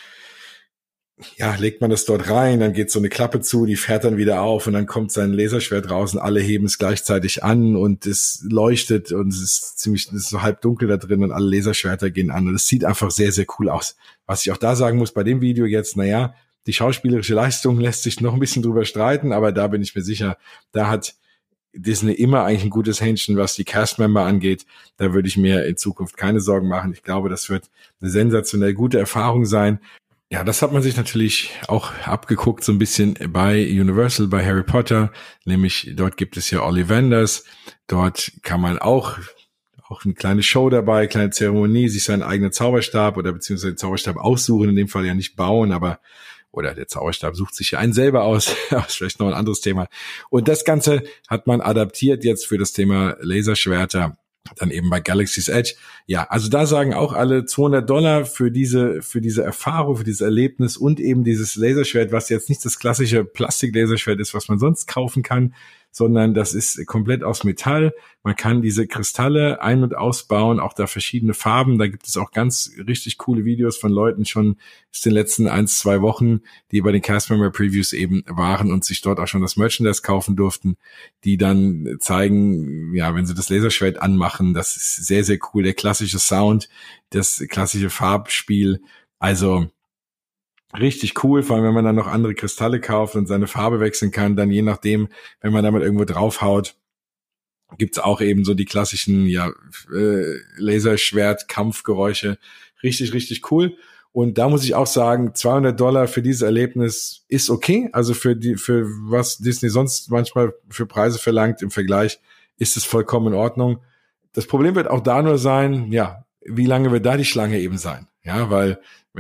legt man das dort rein, dann geht so eine Klappe zu, die fährt dann wieder auf und dann kommt sein Laserschwert raus und alle heben es gleichzeitig an und es leuchtet und es ist so halb dunkel da drin und alle Laserschwerter gehen an und es sieht einfach sehr, sehr cool aus. Was ich auch da sagen muss bei dem Video jetzt, die schauspielerische Leistung lässt sich noch ein bisschen drüber streiten, aber da bin ich mir sicher, da hat Disney immer eigentlich ein gutes Händchen, was die Castmember angeht. Da würde ich mir in Zukunft keine Sorgen machen. Ich glaube, das wird eine sensationell gute Erfahrung sein. Ja, das hat man sich natürlich auch abgeguckt, so ein bisschen bei Universal, bei Harry Potter, nämlich dort gibt es ja Ollivanders, dort kann man auch eine kleine Show dabei, kleine Zeremonie, sich seinen eigenen Zauberstab oder beziehungsweise den Zauberstab aussuchen, in dem Fall ja nicht bauen, oder der Zauberstab sucht sich ja einen selber aus, das ist vielleicht noch ein anderes Thema. Und das Ganze hat man adaptiert jetzt für das Thema Laserschwerter, dann eben bei Galaxy's Edge. Ja, also da sagen auch alle $200 für diese Erfahrung, für dieses Erlebnis und eben dieses Laserschwert, was jetzt nicht das klassische Plastik-Laserschwert ist, was man sonst kaufen kann, sondern das ist komplett aus Metall. Man kann diese Kristalle ein- und ausbauen, auch da verschiedene Farben. Da gibt es auch ganz richtig coole Videos von Leuten schon aus den letzten 1-2 Wochen, die bei den Castmember-Previews eben waren und sich dort auch schon das Merchandise kaufen durften, die dann zeigen, wenn sie das Laserschwert anmachen, das ist sehr, sehr cool. Der klassische Sound, das klassische Farbspiel, also richtig cool, vor allem wenn man dann noch andere Kristalle kauft und seine Farbe wechseln kann, dann je nachdem, wenn man damit irgendwo draufhaut, gibt's auch eben so die klassischen Laserschwert-Kampfgeräusche. Richtig, richtig cool. Und da muss ich auch sagen, $200 für dieses Erlebnis ist okay. Also für was Disney sonst manchmal für Preise verlangt im Vergleich, ist es vollkommen in Ordnung. Das Problem wird auch da nur sein, wie lange wird da die Schlange eben sein? Ja, weil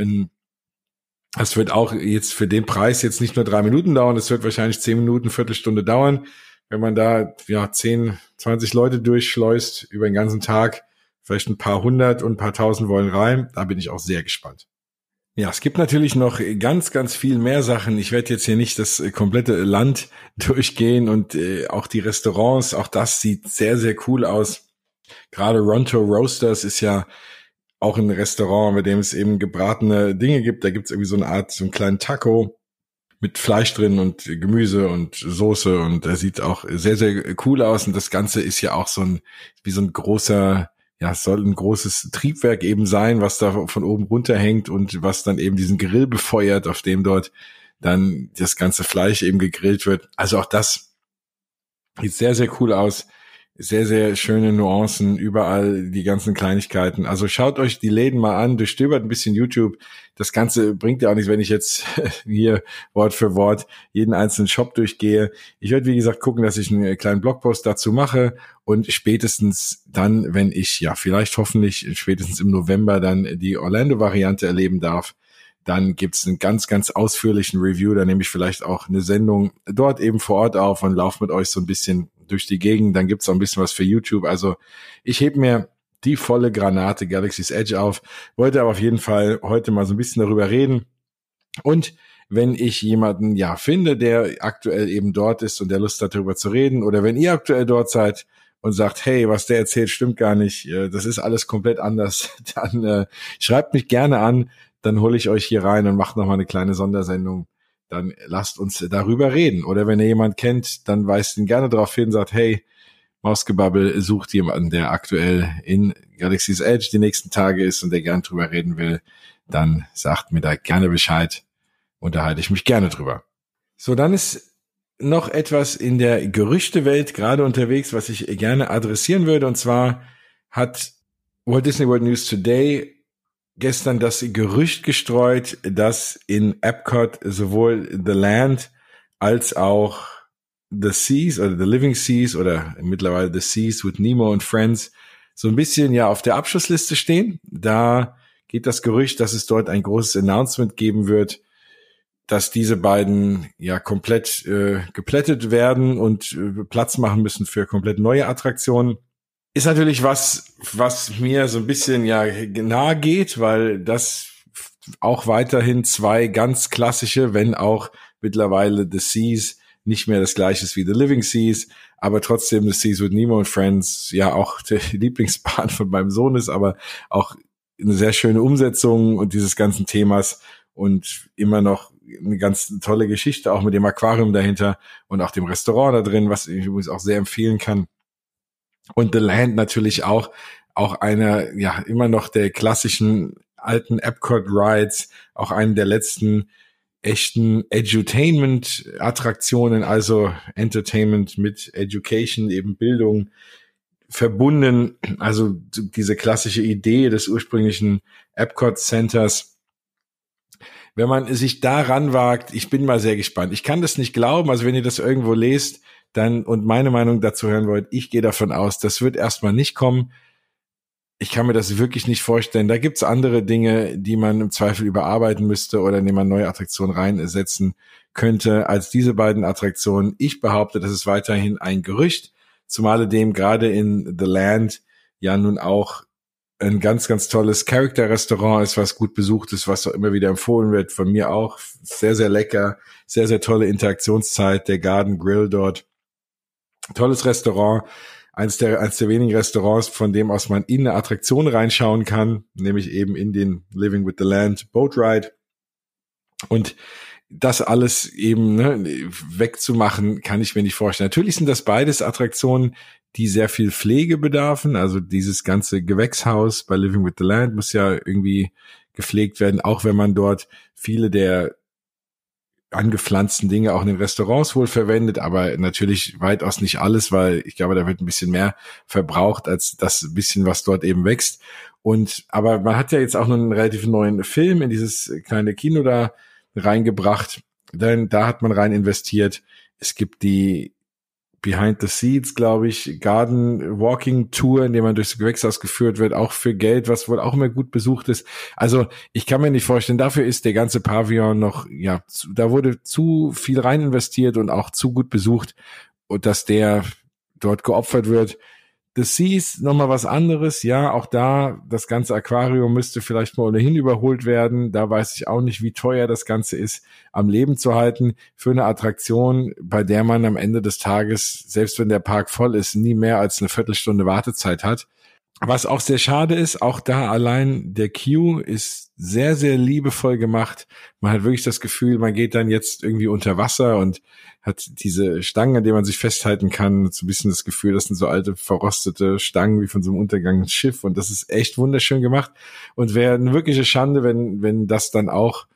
es wird auch jetzt für den Preis jetzt nicht nur 3 Minuten dauern, es wird wahrscheinlich 10 Minuten, Viertelstunde dauern. Wenn man da 10, 20 Leute durchschleust über den ganzen Tag, vielleicht ein paar hundert und ein paar tausend wollen rein, da bin ich auch sehr gespannt. Ja, es gibt natürlich noch ganz, ganz viel mehr Sachen. Ich werde jetzt hier nicht das komplette Land durchgehen und auch die Restaurants, auch das sieht sehr, sehr cool aus. Gerade Ronto Roasters ist ja auch ein Restaurant, bei dem es eben gebratene Dinge gibt. Da gibt's irgendwie so einen kleinen Taco mit Fleisch drin und Gemüse und Soße und der sieht auch sehr, sehr cool aus. Und das Ganze ist ja auch wie so ein großer, es soll ein großes Triebwerk eben sein, was da von oben runterhängt und was dann eben diesen Grill befeuert, auf dem dort dann das ganze Fleisch eben gegrillt wird. Also auch das sieht sehr, sehr cool aus. Sehr, sehr schöne Nuancen, überall die ganzen Kleinigkeiten. Also schaut euch die Läden mal an, durchstöbert ein bisschen YouTube. Das Ganze bringt ja auch nichts, wenn ich jetzt hier Wort für Wort jeden einzelnen Shop durchgehe. Ich werde, wie gesagt, gucken, dass ich einen kleinen Blogpost dazu mache und spätestens dann, wenn ich, ja, vielleicht hoffentlich spätestens im November dann die Orlando-Variante erleben darf, dann gibt's einen ganz, ganz ausführlichen Review. Da nehme ich vielleicht auch eine Sendung dort eben vor Ort auf und laufe mit euch so ein bisschen durch die Gegend. Dann gibt's auch ein bisschen was für YouTube. Also ich heb mir die volle Granate Galaxy's Edge auf. Wollte aber auf jeden Fall heute mal so ein bisschen darüber reden. Und wenn ich jemanden ja finde, der aktuell eben dort ist und der Lust hat, darüber zu reden, oder wenn ihr aktuell dort seid und sagt, hey, was der erzählt, stimmt gar nicht, das ist alles komplett anders, dann schreibt mich gerne an. Dann hole ich euch hier rein und mache nochmal eine kleine Sondersendung. Dann lasst uns darüber reden. Oder wenn ihr jemanden kennt, dann weist ihn gerne darauf hin, sagt, hey, Mausgebabbel sucht jemanden, der aktuell in Galaxy's Edge die nächsten Tage ist und der gerne drüber reden will, dann sagt mir da gerne Bescheid. Unterhalte ich mich gerne drüber. So, dann ist noch etwas in der Gerüchtewelt gerade unterwegs, was ich gerne adressieren würde. Und zwar hat Walt Disney World News Today gestern das Gerücht gestreut, dass in Epcot sowohl The Land als auch The Seas oder The Living Seas oder mittlerweile The Seas with Nemo und Friends so ein bisschen ja auf der Abschlussliste stehen. Da geht das Gerücht, dass es dort ein großes Announcement geben wird, dass diese beiden ja komplett geplättet werden und Platz machen müssen für komplett neue Attraktionen. Ist natürlich was mir so ein bisschen ja nahe geht, weil das auch weiterhin zwei ganz klassische, wenn auch mittlerweile The Seas nicht mehr das gleiche ist wie The Living Seas, aber trotzdem The Seas with Nemo and Friends ja auch der Lieblingsbahn von meinem Sohn ist, aber auch eine sehr schöne Umsetzung und dieses ganzen Themas und immer noch eine ganz tolle Geschichte, auch mit dem Aquarium dahinter und auch dem Restaurant da drin, was ich übrigens auch sehr empfehlen kann. Und The Land natürlich auch einer, ja, immer noch der klassischen alten Epcot Rides, auch einen der letzten echten Edutainment-Attraktionen, also Entertainment mit Education, eben Bildung verbunden, also diese klassische Idee des ursprünglichen Epcot Centers. Wenn man sich daran wagt, ich bin mal sehr gespannt. Ich kann das nicht glauben, also wenn ihr das irgendwo lest, dann und meine Meinung dazu hören wollt, ich gehe davon aus, das wird erstmal nicht kommen. Ich kann mir das wirklich nicht vorstellen. Da gibt's andere Dinge, die man im Zweifel überarbeiten müsste oder in die man neue Attraktionen reinsetzen könnte als diese beiden Attraktionen. Ich behaupte, das ist weiterhin ein Gerücht, zumal dem gerade in The Land ja nun auch ein ganz, ganz tolles Character-Restaurant ist, was gut besucht ist, was auch immer wieder empfohlen wird. Von mir auch sehr, sehr lecker, sehr, sehr tolle Interaktionszeit, der Garden Grill dort. Tolles Restaurant, eins der wenigen Restaurants, von dem aus man in eine Attraktion reinschauen kann, nämlich eben in den Living with the Land Boat Ride. Und das alles eben wegzumachen, kann ich mir nicht vorstellen. Natürlich sind das beides Attraktionen, die sehr viel Pflege bedarfen. Also dieses ganze Gewächshaus bei Living with the Land muss ja irgendwie gepflegt werden, auch wenn man dort viele der angepflanzten Dinge auch in den Restaurants wohl verwendet, aber natürlich weitaus nicht alles, weil ich glaube, da wird ein bisschen mehr verbraucht als das bisschen, was dort eben wächst. Aber man hat ja jetzt auch noch einen relativ neuen Film in dieses kleine Kino da reingebracht, denn da hat man rein investiert. Es gibt die Behind the Scenes, glaube ich, Garden Walking Tour, in dem man durchs Gewächshaus geführt wird, auch für Geld, was wohl auch immer gut besucht ist. Also ich kann mir nicht vorstellen, dafür ist der ganze Pavillon noch, ja, da wurde zu viel rein investiert und auch zu gut besucht, und dass der dort geopfert wird. The Seas, nochmal was anderes, ja, auch da, das ganze Aquarium müsste vielleicht mal ohnehin überholt werden, da weiß ich auch nicht, wie teuer das Ganze ist, am Leben zu halten, für eine Attraktion, bei der man am Ende des Tages, selbst wenn der Park voll ist, nie mehr als eine Viertelstunde Wartezeit hat. Was auch sehr schade ist, auch da allein der Queue ist sehr, sehr liebevoll gemacht. Man hat wirklich das Gefühl, man geht dann jetzt irgendwie unter Wasser und hat diese Stangen, an denen man sich festhalten kann. So ein bisschen das Gefühl, das sind so alte, verrostete Stangen wie von so einem untergegangenen Schiff. Und das ist echt wunderschön gemacht. Und wäre eine wirkliche Schande, wenn das dann auch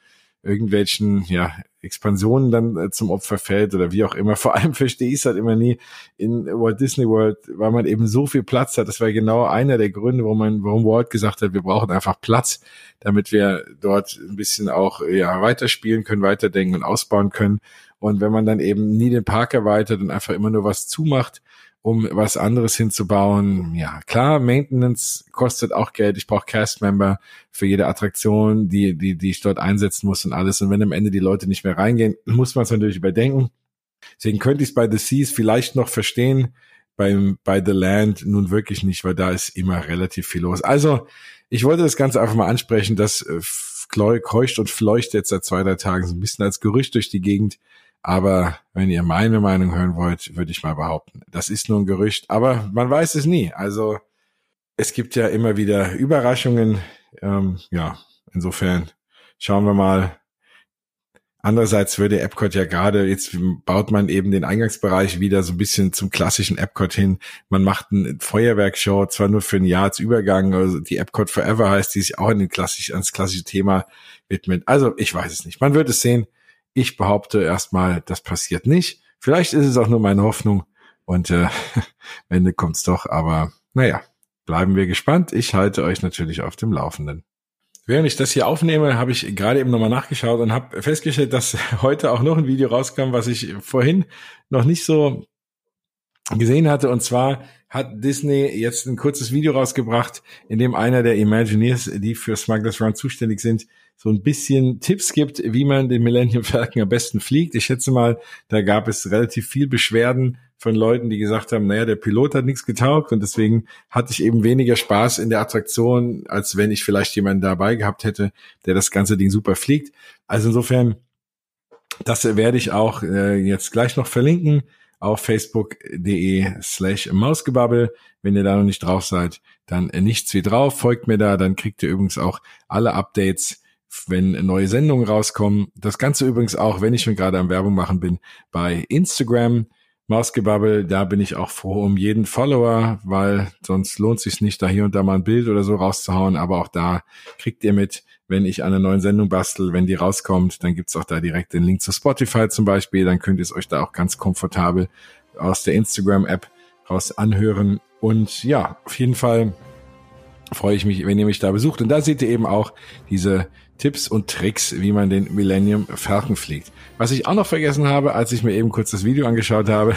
irgendwelchen Expansionen dann zum Opfer fällt oder wie auch immer. Vor allem verstehe ich es halt immer nie in Walt Disney World, weil man eben so viel Platz hat. Das war genau einer der Gründe, warum Walt gesagt hat, wir brauchen einfach Platz, damit wir dort ein bisschen auch weiterspielen können, weiterdenken und ausbauen können. Und wenn man dann eben nie den Park erweitert und einfach immer nur was zumacht, um was anderes hinzubauen. Ja, klar, Maintenance kostet auch Geld. Ich brauche Cast-Member für jede Attraktion, die ich dort einsetzen muss und alles. Und wenn am Ende die Leute nicht mehr reingehen, muss man es natürlich überdenken. Deswegen könnte ich es bei The Seas vielleicht noch verstehen, bei The Land nun wirklich nicht, weil da ist immer relativ viel los. Also, ich wollte das Ganze einfach mal ansprechen, das kreucht und fleucht jetzt seit 2-3 Tagen so ein bisschen als Gerücht durch die Gegend. Aber wenn ihr meine Meinung hören wollt, würde ich mal behaupten, das ist nur ein Gerücht, aber man weiß es nie. Also es gibt ja immer wieder Überraschungen. Insofern schauen wir mal. Andererseits würde Epcot ja gerade, jetzt baut man eben den Eingangsbereich wieder so ein bisschen zum klassischen Epcot hin. Man macht eine Feuerwerkshow, zwar nur für ein Jahr als Übergang, also die Epcot Forever heißt, die sich auch ans klassische Thema widmet. Also ich weiß es nicht. Man wird es sehen. Ich behaupte erstmal, das passiert nicht. Vielleicht ist es auch nur meine Hoffnung und am Ende kommt's doch. Aber bleiben wir gespannt. Ich halte euch natürlich auf dem Laufenden. Während ich das hier aufnehme, habe ich gerade eben nochmal nachgeschaut und habe festgestellt, dass heute auch noch ein Video rauskam, was ich vorhin noch nicht so gesehen hatte. Und zwar hat Disney jetzt ein kurzes Video rausgebracht, in dem einer der Imagineers, die für Smugglers Run zuständig sind, so ein bisschen Tipps gibt, wie man den Millennium Falcon am besten fliegt. Ich schätze mal, da gab es relativ viel Beschwerden von Leuten, die gesagt haben, der Pilot hat nichts getaugt und deswegen hatte ich eben weniger Spaß in der Attraktion, als wenn ich vielleicht jemanden dabei gehabt hätte, der das ganze Ding super fliegt. Also insofern, das werde ich auch jetzt gleich noch verlinken auf facebook.de/Mausgebabbel. Wenn ihr da noch nicht drauf seid, dann nichts wie drauf. Folgt mir da, dann kriegt ihr übrigens auch alle Updates, wenn neue Sendungen rauskommen. Das Ganze übrigens auch, wenn ich schon gerade am Werbung machen bin, bei Instagram, Mausgebabbel, da bin ich auch froh um jeden Follower, weil sonst lohnt es sich nicht, da hier und da mal ein Bild oder so rauszuhauen, aber auch da kriegt ihr mit, wenn ich an einer neuen Sendung bastel, wenn die rauskommt, dann gibt's auch da direkt den Link zu Spotify zum Beispiel, dann könnt ihr es euch da auch ganz komfortabel aus der Instagram-App raus anhören und ja, auf jeden Fall freue ich mich, wenn ihr mich da besucht. Und da seht ihr eben auch diese Tipps und Tricks, wie man den Millennium Falcon fliegt. Was ich auch noch vergessen habe, als ich mir eben kurz das Video angeschaut habe,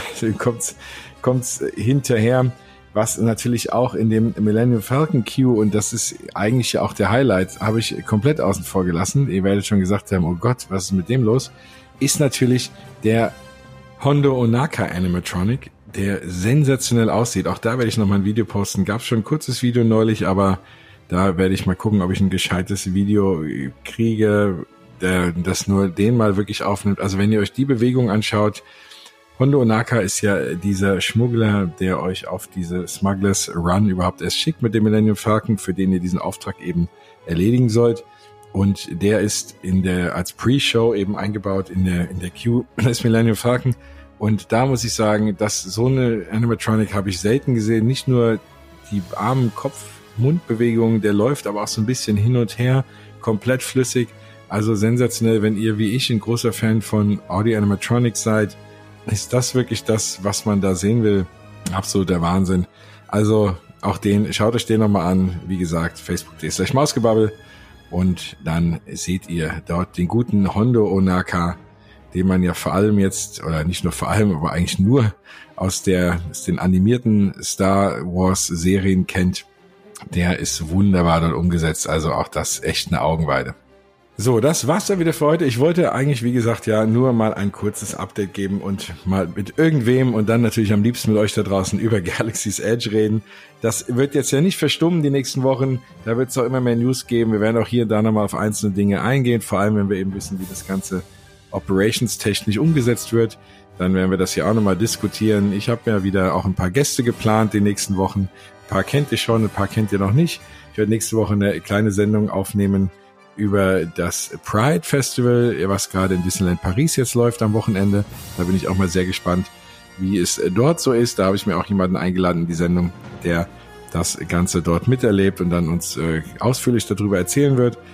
kommt's hinterher, was natürlich auch in dem Millennium Falcon Queue, und das ist eigentlich ja auch der Highlight, habe ich komplett außen vor gelassen. Ihr werdet schon gesagt haben, oh Gott, was ist mit dem los? Ist natürlich der Hondo Ohnaka Animatronic, der sensationell aussieht. Auch da werde ich noch mal ein Video posten. Gab schon ein kurzes Video neulich, aber da werde ich mal gucken, ob ich ein gescheites Video kriege, der das nur den mal wirklich aufnimmt. Also wenn ihr euch die Bewegung anschaut, Hondo Ohnaka ist ja dieser Schmuggler, der euch auf diese Smugglers Run überhaupt erst schickt mit dem Millennium Falcon, für den ihr diesen Auftrag eben erledigen sollt. Und der ist als Pre-Show eben eingebaut in der Queue des Millennium Falcon. Und da muss ich sagen, dass so eine Animatronic habe ich selten gesehen. Nicht nur die Armen, Kopf-Mundbewegungen, der läuft aber auch so ein bisschen hin und her, komplett flüssig. Also sensationell, wenn ihr wie ich ein großer Fan von Audio Animatronics seid, ist das wirklich das, was man da sehen will. Absoluter Wahnsinn. Also auch schaut euch den nochmal an. Wie gesagt, facebook.de/Mausgebabbel. Und dann seht ihr dort den guten Hondo Ohnaka, den man ja vor allem jetzt, oder nicht nur vor allem, aber eigentlich nur aus den animierten Star Wars Serien kennt. Der ist wunderbar dort umgesetzt. Also auch das echt eine Augenweide. So, das war's dann wieder für heute. Ich wollte eigentlich, wie gesagt, ja nur mal ein kurzes Update geben und mal mit irgendwem und dann natürlich am liebsten mit euch da draußen über Galaxy's Edge reden. Das wird jetzt ja nicht verstummen die nächsten Wochen. Da wird es auch immer mehr News geben. Wir werden auch hier und da nochmal auf einzelne Dinge eingehen, vor allem wenn wir eben wissen, wie das Ganze operationstechnisch umgesetzt wird. Dann werden wir das hier auch nochmal diskutieren. Ich habe ja wieder auch ein paar Gäste geplant die nächsten Wochen. Ein paar kennt ihr schon, ein paar kennt ihr noch nicht. Ich werde nächste Woche eine kleine Sendung aufnehmen über das Pride Festival, was gerade in Disneyland Paris jetzt läuft am Wochenende. Da bin ich auch mal sehr gespannt, wie es dort so ist. Da habe ich mir auch jemanden eingeladen in die Sendung, der das Ganze dort miterlebt und dann uns ausführlich darüber erzählen wird.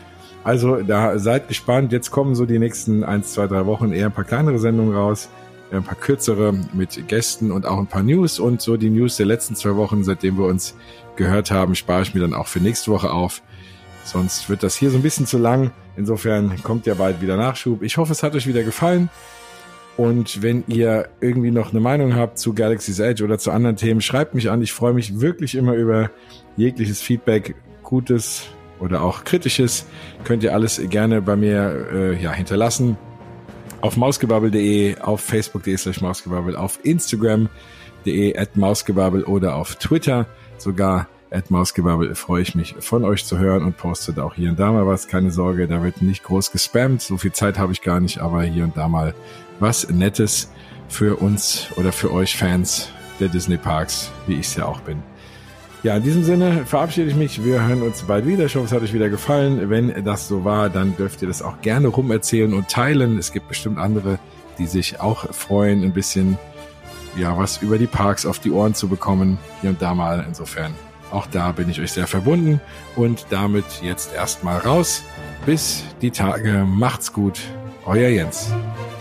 Also da seid gespannt. Jetzt kommen so die nächsten 1, 2, 3 Wochen eher ein paar kleinere Sendungen raus, ein paar kürzere mit Gästen und auch ein paar News. Und so die News der letzten 2 Wochen, seitdem wir uns gehört haben, spare ich mir dann auch für nächste Woche auf. Sonst wird das hier so ein bisschen zu lang. Insofern kommt ja bald wieder Nachschub. Ich hoffe, es hat euch wieder gefallen. Und wenn ihr irgendwie noch eine Meinung habt zu Galaxy's Edge oder zu anderen Themen, schreibt mich an. Ich freue mich wirklich immer über jegliches Feedback, Gutes oder auch Kritisches. Könnt ihr alles gerne bei mir hinterlassen. Auf mausgebabbel.de, auf facebook.de/mausgebabbel, auf instagram.de @mausgebabbel oder auf Twitter sogar @mausgebabbel. Freue ich mich, von euch zu hören und postet auch hier und da mal was. Keine Sorge, da wird nicht groß gespammt. So viel Zeit habe ich gar nicht, aber hier und da mal was Nettes für uns oder für euch Fans der Disney Parks, wie ich es ja auch bin. Ja, in diesem Sinne verabschiede ich mich. Wir hören uns bald wieder. Ich hoffe, es hat euch wieder gefallen. Wenn das so war, dann dürft ihr das auch gerne rumerzählen und teilen. Es gibt bestimmt andere, die sich auch freuen, ein bisschen was über die Parks auf die Ohren zu bekommen. Hier und da mal. Insofern, auch da bin ich euch sehr verbunden. Und damit jetzt erstmal raus. Bis die Tage. Macht's gut. Euer Jens.